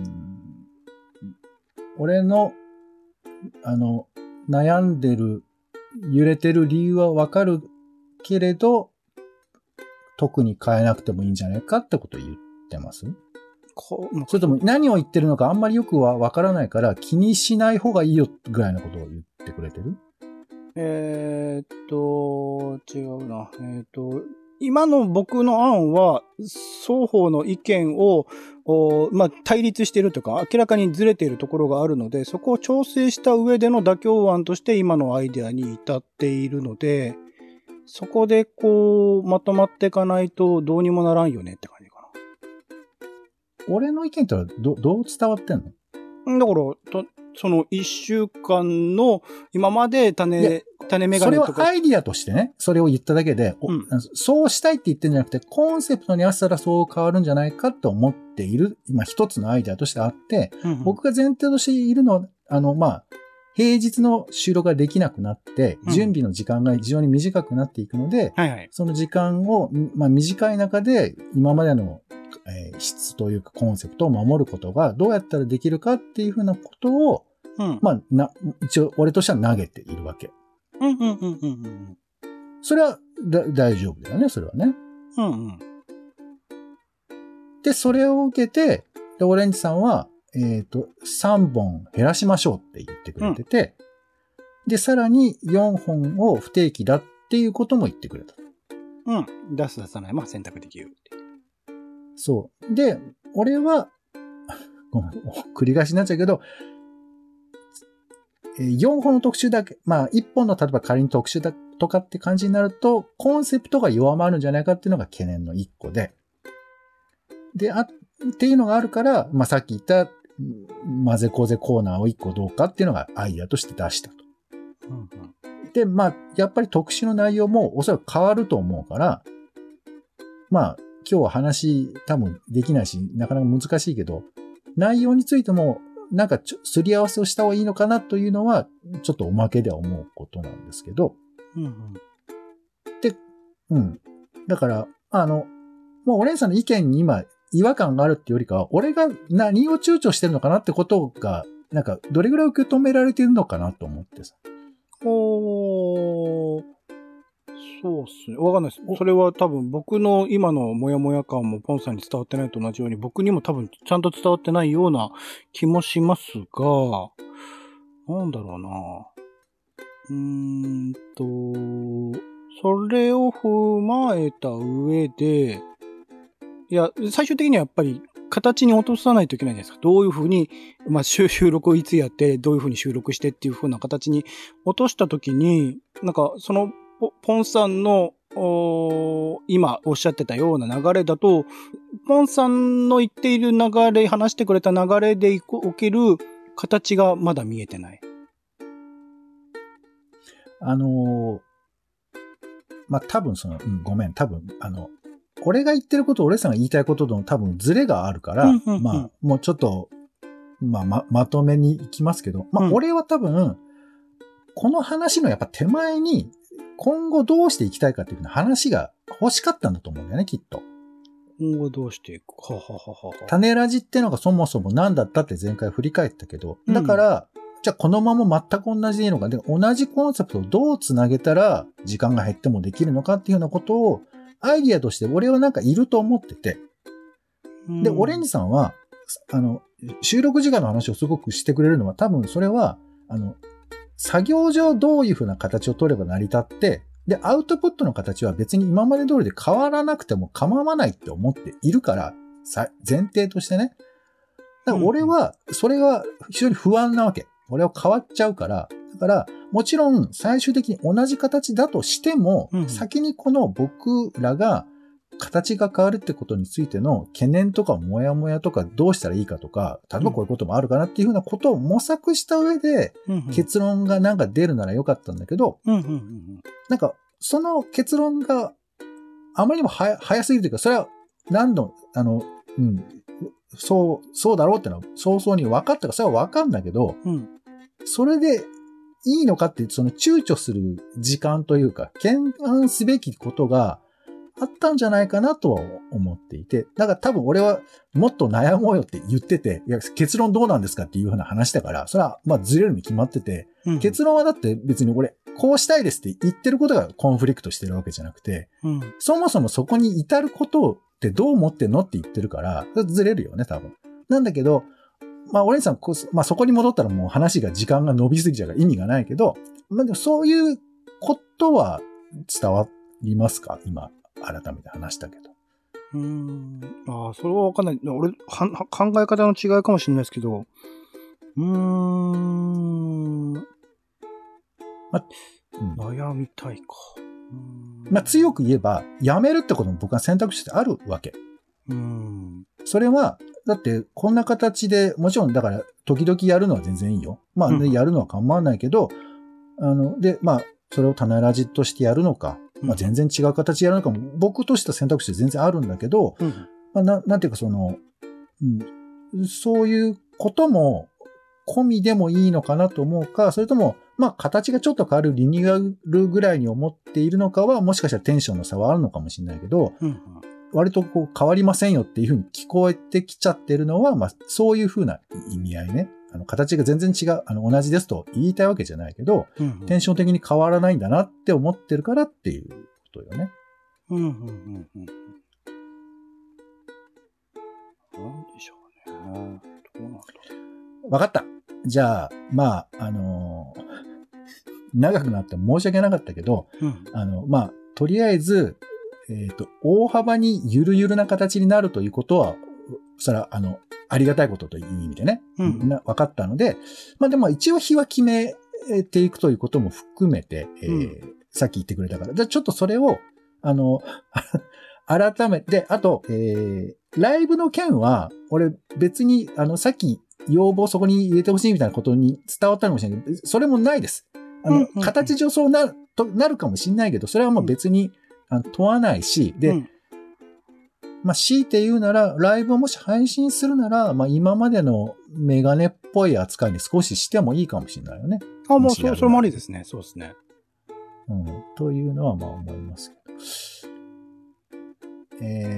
俺の、あの、悩んでる、揺れてる理由はわかるけれど、特に変えなくてもいいんじゃないかってことを言ってます？それとも何を言ってるのかあんまりよくはわからないから気にしない方がいいよぐらいのことを言ってくれてる？ えー、っと、違うな。えー、っと、今の僕の案は、双方の意見を、まあ、対立しているとか、明らかにずれているところがあるので、そこを調整した上での妥協案として今のアイデアに至っているので、そこでこう、まとまっていかないとどうにもならんよねって感じかな。俺の意見ってのはど、どう伝わってんの？だから、その一週間の今まで種、種メガネとか。 それはアイディアとしてね、それを言っただけで、うん、そうしたいって言ってるんじゃなくて、コンセプトに合わせたらそう変わるんじゃないかと思っている、今一つのアイディアとしてあって、うんうん、僕が前提としているのは、あの、まあ、平日の収録ができなくなって、うん、準備の時間が非常に短くなっていくので、はいはい、その時間を、まあ、短い中で今までの、えー、質というかコンセプトを守ることがどうやったらできるかっていうふうなことを、うん、まあ、な、一応俺としては投げているわけ。うんうんうんうんうん。それはだ大丈夫だよね、それはね。うんうん。で、それを受けて、で、オレンジさんは、えっと、さんぼん減らしましょうって言ってくれてて、うん、で、さらによんほんを不定期だっていうことも言ってくれた。 うん。出す出さない。まあ選択できる。 そう。で、俺は、ごめん、繰り返しになっちゃうけど、よんほんの特集だけ、まあいっぽんの例えば仮に特集だとかって感じになると、コンセプトが弱まるんじゃないかっていうのが懸念のいっこで。で、あ、っていうのがあるから、まあさっき言った混ぜこぜコーナーをいっこどうかっていうのがアイデアとして出したと。うんうん、で、まあやっぱり特集の内容もおそらく変わると思うから、まあ今日は話多分できないし、なかなか難しいけど、内容についてもなんかちょ、すり合わせをした方がいいのかなというのは、ちょっとおまけでは思うことなんですけど。うんうん、で、うん。だから、あの、 もうお姉さんの意見に今違和感があるっていうよりかは、俺が何を躊躇してるのかなってことが、なんかどれぐらい受け止められてるのかなと思ってさ。 おー、そうっすね。わかんないです。それは多分僕の今のモヤモヤ感もポンさんに伝わってないと同じように、僕にも多分ちゃんと伝わってないような気もしますが、なんだろうな。うーんと、それを踏まえた上で、いや、最終的にはやっぱり形に落とさないといけないじゃないですか。どういうふうに、まあ、収録をいつやって、どういうふうに収録してっていうふうな形に落としたときに、なんか、その、ポンさんの、今おっしゃってたような流れだと、ポンさんの言っている流れ、話してくれた流れでおける形がまだ見えてない。 あのー、まあ、多分その、うん、ごめん、多分、あの、俺が言ってること、俺さんが言いたいこととの多分ズレがあるから、うんうんうん、まあ、もうちょっと、まあ、ま、まとめに行きますけど、まあ、うん、俺は多分、この話のやっぱ手前に、今後どうしていきたいかっていう話が欲しかったんだと思うんだよね、きっと。 今後どうしていくはははは。 種ラジってのがそもそも何だったって前回振り返ったけど、だから、うん、じゃあこのまま全く同じでいいのか、で、同じコンセプトをどうつなげたら時間が減ってもできるのかっていうようなことを、アイディアとして俺はなんかいると思ってて。で、オレンジさんは、あの、収録時間の話をすごくしてくれるのは多分それは、あの、作業上どういうふうな形を取れば成り立って、で、アウトプットの形は別に今まで通りで変わらなくても構わないって思っているから、前提としてね。だから俺は、それが非常に不安なわけ。俺は変わっちゃうから、だから、もちろん最終的に同じ形だとしても、うん、先にこの僕らが形が変わるってことについての懸念とかモヤモヤとかどうしたらいいかとか、例えばこういうこともあるかなっていうふうなことを模索した上で、結論がなんか出るならよかったんだけど、なんかその結論があまりにも早すぎるというか、それは何度、あの、うん、そう、そうだろうってのは早々に分かったか、それは分かんだけど、うん、それでいいのかって、その躊躇する時間というか、懸案すべきことがあったんじゃないかなとは思っていて、だから多分俺はもっと悩もうよって言ってて、いや結論どうなんですかっていうふうな話だから、それはまあずれるに決まってて、うん、結論はだって別に俺こうしたいですって言ってることがコンフリクトしてるわけじゃなくて、うん、そもそもそこに至ることってどう思ってんのって言ってるから、ずれるよね多分。なんだけど、まあ、オレンジさん、まあ、そこに戻ったらもう話が時間が伸びすぎちゃうから意味がないけど、まあ、でもそういうことは伝わりますか？今、改めて話したけど。 うーん。ああ、それはわかんない。俺は、考え方の違いかもしれないですけど、うーん。ま、うん、悩みたいか。 まあ、強く言えば、やめるってことも僕は選択肢ってあるわけ。 うーん。 それは、だって、こんな形で、もちろん、だから、時々やるのは全然いいよ。まあ、ね、うん、やるのは構わないけど、あの、で、まあ、それを種ラジとしてやるのか、まあ、全然違う形でやるのかも、僕としては選択肢全然あるんだけど、うん、まあ、な、なんていうか、その、うん、そういうことも、込みでもいいのかなと思うか、それとも、まあ、形がちょっと変わるリニューアルぐらいに思っているのかは、もしかしたらテンションの差はあるのかもしれないけど、うん割とこう変わりませんよっていうふうに聞こえてきちゃってるのは、まあそういうふうな意味合いね。あの形が全然違う、あの同じですと言いたいわけじゃないけど、うんうん、テンション的に変わらないんだなって思ってるからっていうことよね。 うんうんうんうん。なんでしょうね。どうなんだろう。わかった。じゃあ、まあ、あのー、長くなって申し訳なかったけど、うん、あの、まあ、とりあえず、えっと、大幅にゆるゆるな形になるということは、それは、あの、ありがたいことという意味でね、うん、な分かったので、まあでも一応日は決めていくということも含めて、えーうん、さっき言ってくれたから、じゃあちょっとそれを、あの、改めて、あと、えー、ライブの件は、俺別に、あの、さっき要望そこに入れてほしいみたいなことに伝わったかもしれないけど、それもないです。あの、うんうんうん、形上そうなる、となるかもしれないけど、それはもう別に、あの問わないし、で、うん、まあ、強いて言うなら、ライブをもし配信するなら、まあ、今までのメガネっぽい扱いに少ししてもいいかもしれないよね。 あ、もう、それもありですね。そうですね。 うん。というのは、まあ、思いますけど。えー、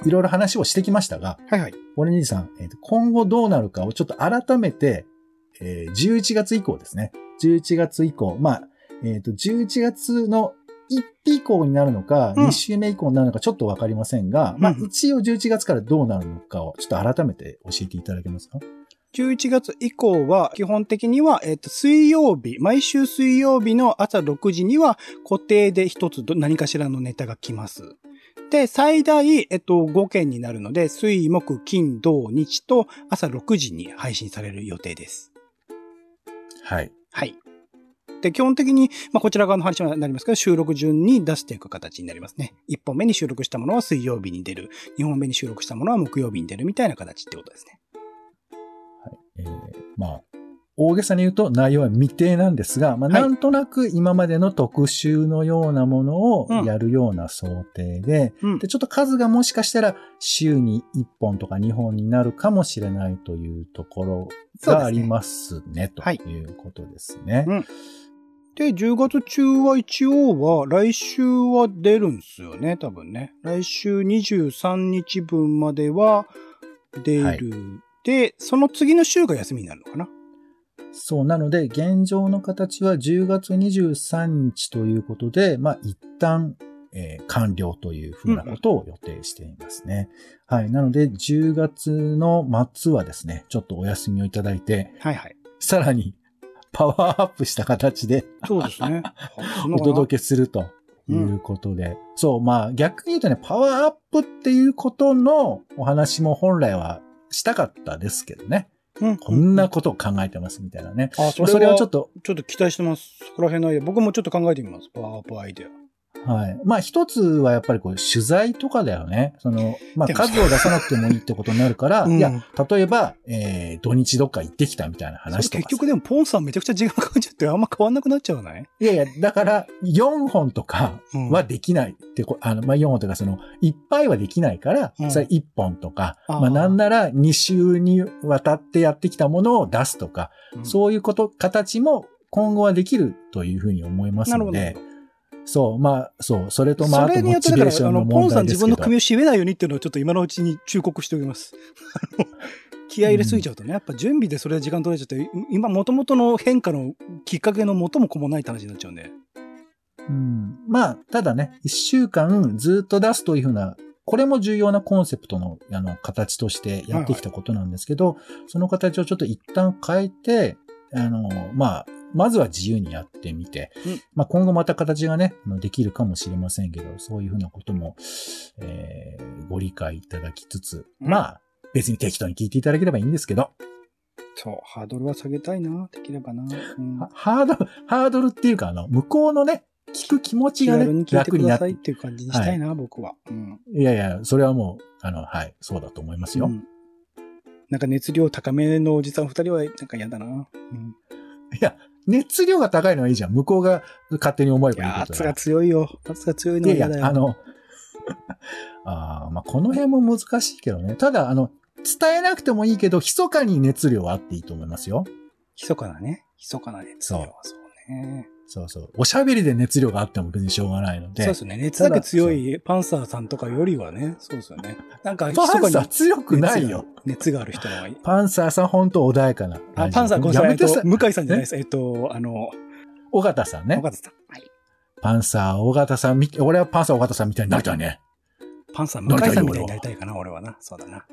いろいろ話をしてきましたが、 はいはい。 オレンジさん、えーと、今後どうなるかをちょっと改めて、えー、じゅういちがつ以降ですね。じゅういちがつ以降、まあ、えっと、じゅういちがつのついち以降になるのか、うん、に週目以降になるのかちょっとわかりませんが、うん、まあ一応じゅういちがつからどうなるのかをちょっと改めて教えていただけますか？ じゅういちがつ以降は基本的には、えっと、水曜日、毎週水曜日の朝ろくじには固定で一つ何かしらのネタが来ます。で、最大、えっと、ごけんになるので、水、木、金、土、日と朝ろくじに配信される予定です。 はい。 はい。で、基本的に、まあ、こちら側の話になりますけど、収録順に出していく形になりますね。いっぽんめに収録したものは水曜日に出る。にほんめに収録したものは木曜日に出るみたいな形ってことですね。 はい。えー、まあ、大げさに言うと内容は未定なんですが、まあ、なんとなく今までの特集のようなものをやるような想定で、うん、で、ちょっと数がもしかしたら週にいっぽんとかにほんになるかもしれないというところがありますね、ということですね。 うんで、じゅうがつ中は一応は、来週は出るんですよね、多分ね。来週にじゅうさんにちぶんまでは出る。はい、で、その次の週が休みになるのかな？ そう、なので、現状の形はじゅうがつにじゅうさんにちということで、まあ、一旦、えー、完了というふうなことを予定していますね。うん、はい。なので、じゅうがつの末はですね、ちょっとお休みをいただいて、 はいはい。 さらに、パワーアップした形でそうですね。 お届けするということで。うん、そう、まあ逆に言うとね、パワーアップっていうことのお話も本来はしたかったですけどね。うん、こんなことを考えてますみたいなね。 あ、それは、それはちょっと、ちょっと期待してます。そこら辺のアイデア。僕もちょっと考えてみます。パワーアップアイデア。 はい。まあ一つはやっぱりこう取材とかだよね。その、まあ数を出さなくてもいいってことになるから、うん、いや、例えば、えー、土日どっか行ってきたみたいな話とか。 結局でもポンさんめちゃくちゃ時間かかっちゃってあんま変わんなくなっちゃわない？ いやいや、だからよんほんとかはできないって、うん、あの、まあよんほんとかその、いっぱいはできないから、うん、それいっぽんとか、まあなんならに週にわたってやってきたものを出すとか、うん、そういうこと、形も今後はできるというふうに思いますので、なるほど。そう、まあ、そう、それとまあ、あとモチベーションの問題ですけど。それによってだから、あの、ポンさん自分の首を絞めないようにっていうのをちょっと今のうちに忠告しておきます。気合い入れすぎちゃうとね、うん、やっぱ準備でそれで時間取れちゃって、今元々の変化のきっかけの元も子もないって話になっちゃうんで。うん。まあ、ただね、一週間ずっと出すというふうな、これも重要なコンセプトの、あの、形としてやってきたことなんですけど、はいはい、その形をちょっと一旦変えて、あの、まあ、まずは自由にやってみて、うん、まあ今後また形がね、できるかもしれませんけど、そういうふうなことも、えー、ご理解いただきつつ、うん、まあ別に適当に聞いていただければいいんですけど。 そう、ハードルは下げたいな、できればな。 うん、ハードル、ハードルっていうか、あの、向こうのね、聞く気持ちがね、楽になって。 楽になってっていう感じにしたいな、はい、僕は、うん。 いやいや、それはもう、あの、はい、そうだと思いますよ。うん、 なんか熱量高めのおじさん二人はなんか嫌だな。うん、 いや、熱量が高いのはいいじゃん。向こうが勝手に思えばいいことだ。 圧が強いよ。圧が強いのは嫌だよ。 いやいや、あの、あまあ、この辺も難しいけどね。ただ、あの、伝えなくてもいいけど、密かに熱量はあっていいと思いますよ。 密かなね。密かな熱量はそうね。 そうそう。おしゃべりで熱量があっても別にしょうがないので。 そうですね。熱だけ強いパンサーさんとかよりはね。そうですよね。なんか、 パンサー強くないよ。 熱がある人の方がいい。 パンサーさんほんと穏やかな。 あ、パンサーごめんなさい。えっと、向井さんじゃないです。えっと、あの、 尾形さんね。 尾形さん。はい。 パンサー尾形さんみ、俺はパンサー尾形さんみたいになりたいね。 パンサー向井さんみたいになりたいかな、俺はな。そうだな。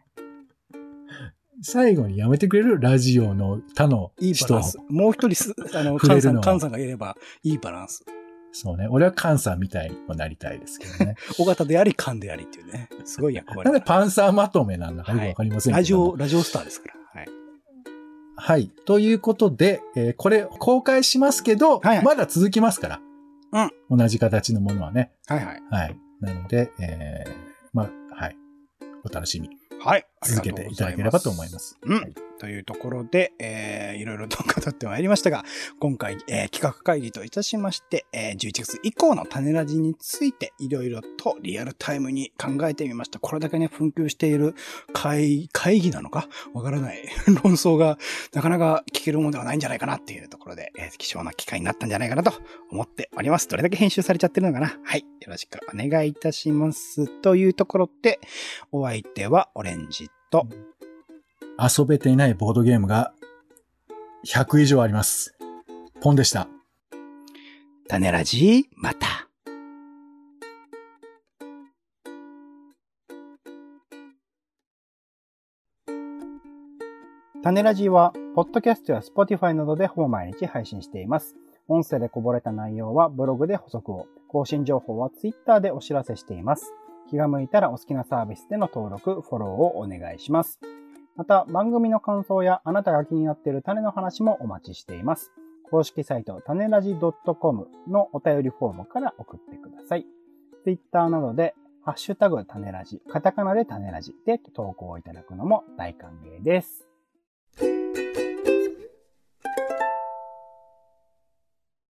最後にやめてくれるラジオの他の人。 いいバランス。もう一人す、あの、カンさん、カンさんがいればいいバランス。 そうね。俺はカンさんみたいになりたいですけどね。 尾形であり、カンでありっていうね。すごい役割。 なんでパンサーまとめなんだかよくわかりませんけど、はい。 ラジオ、ラジオスターですから。はい。 はい。ということで、えー、これ公開しますけど、はいはい、まだ続きますから。うん。同じ形のものはね。 はいはい。 はい。なので、えー、まあ、はい。お楽しみ。 はい。 続けていただければと思います。 うん。 はい。 というところで、えー、いろいろと語ってまいりましたが、今回、えー、企画会議といたしまして、えー、じゅういちがつ以降の種ラジについていろいろとリアルタイムに考えてみました。これだけね、紛糾している会、会議なのかわからない論争がなかなか聞けるものではないんじゃないかなっていうところで、えー、貴重な機会になったんじゃないかなと思っております。どれだけ編集されちゃってるのかな。はい。よろしくお願いいたします。というところで、お相手はオレンジと、 遊べていないボードゲームがひゃく以上あります。ポンでした。 種ラジ、また。種ラジは、ポッドキャストや Spotify などでほぼ毎日配信しています。音声でこぼれた内容はブログで補足を、更新情報は Twitter でお知らせしています。気が向いたらお好きなサービスでの登録、フォローをお願いします。また、番組の感想やあなたが気になっている種の話もお待ちしています。公式サイト、種ラジ .com のお便りフォームから送ってください。Twitter などで、ハッシュタグ種ラジ、カタカナで種ラジで投稿いただくのも大歓迎です。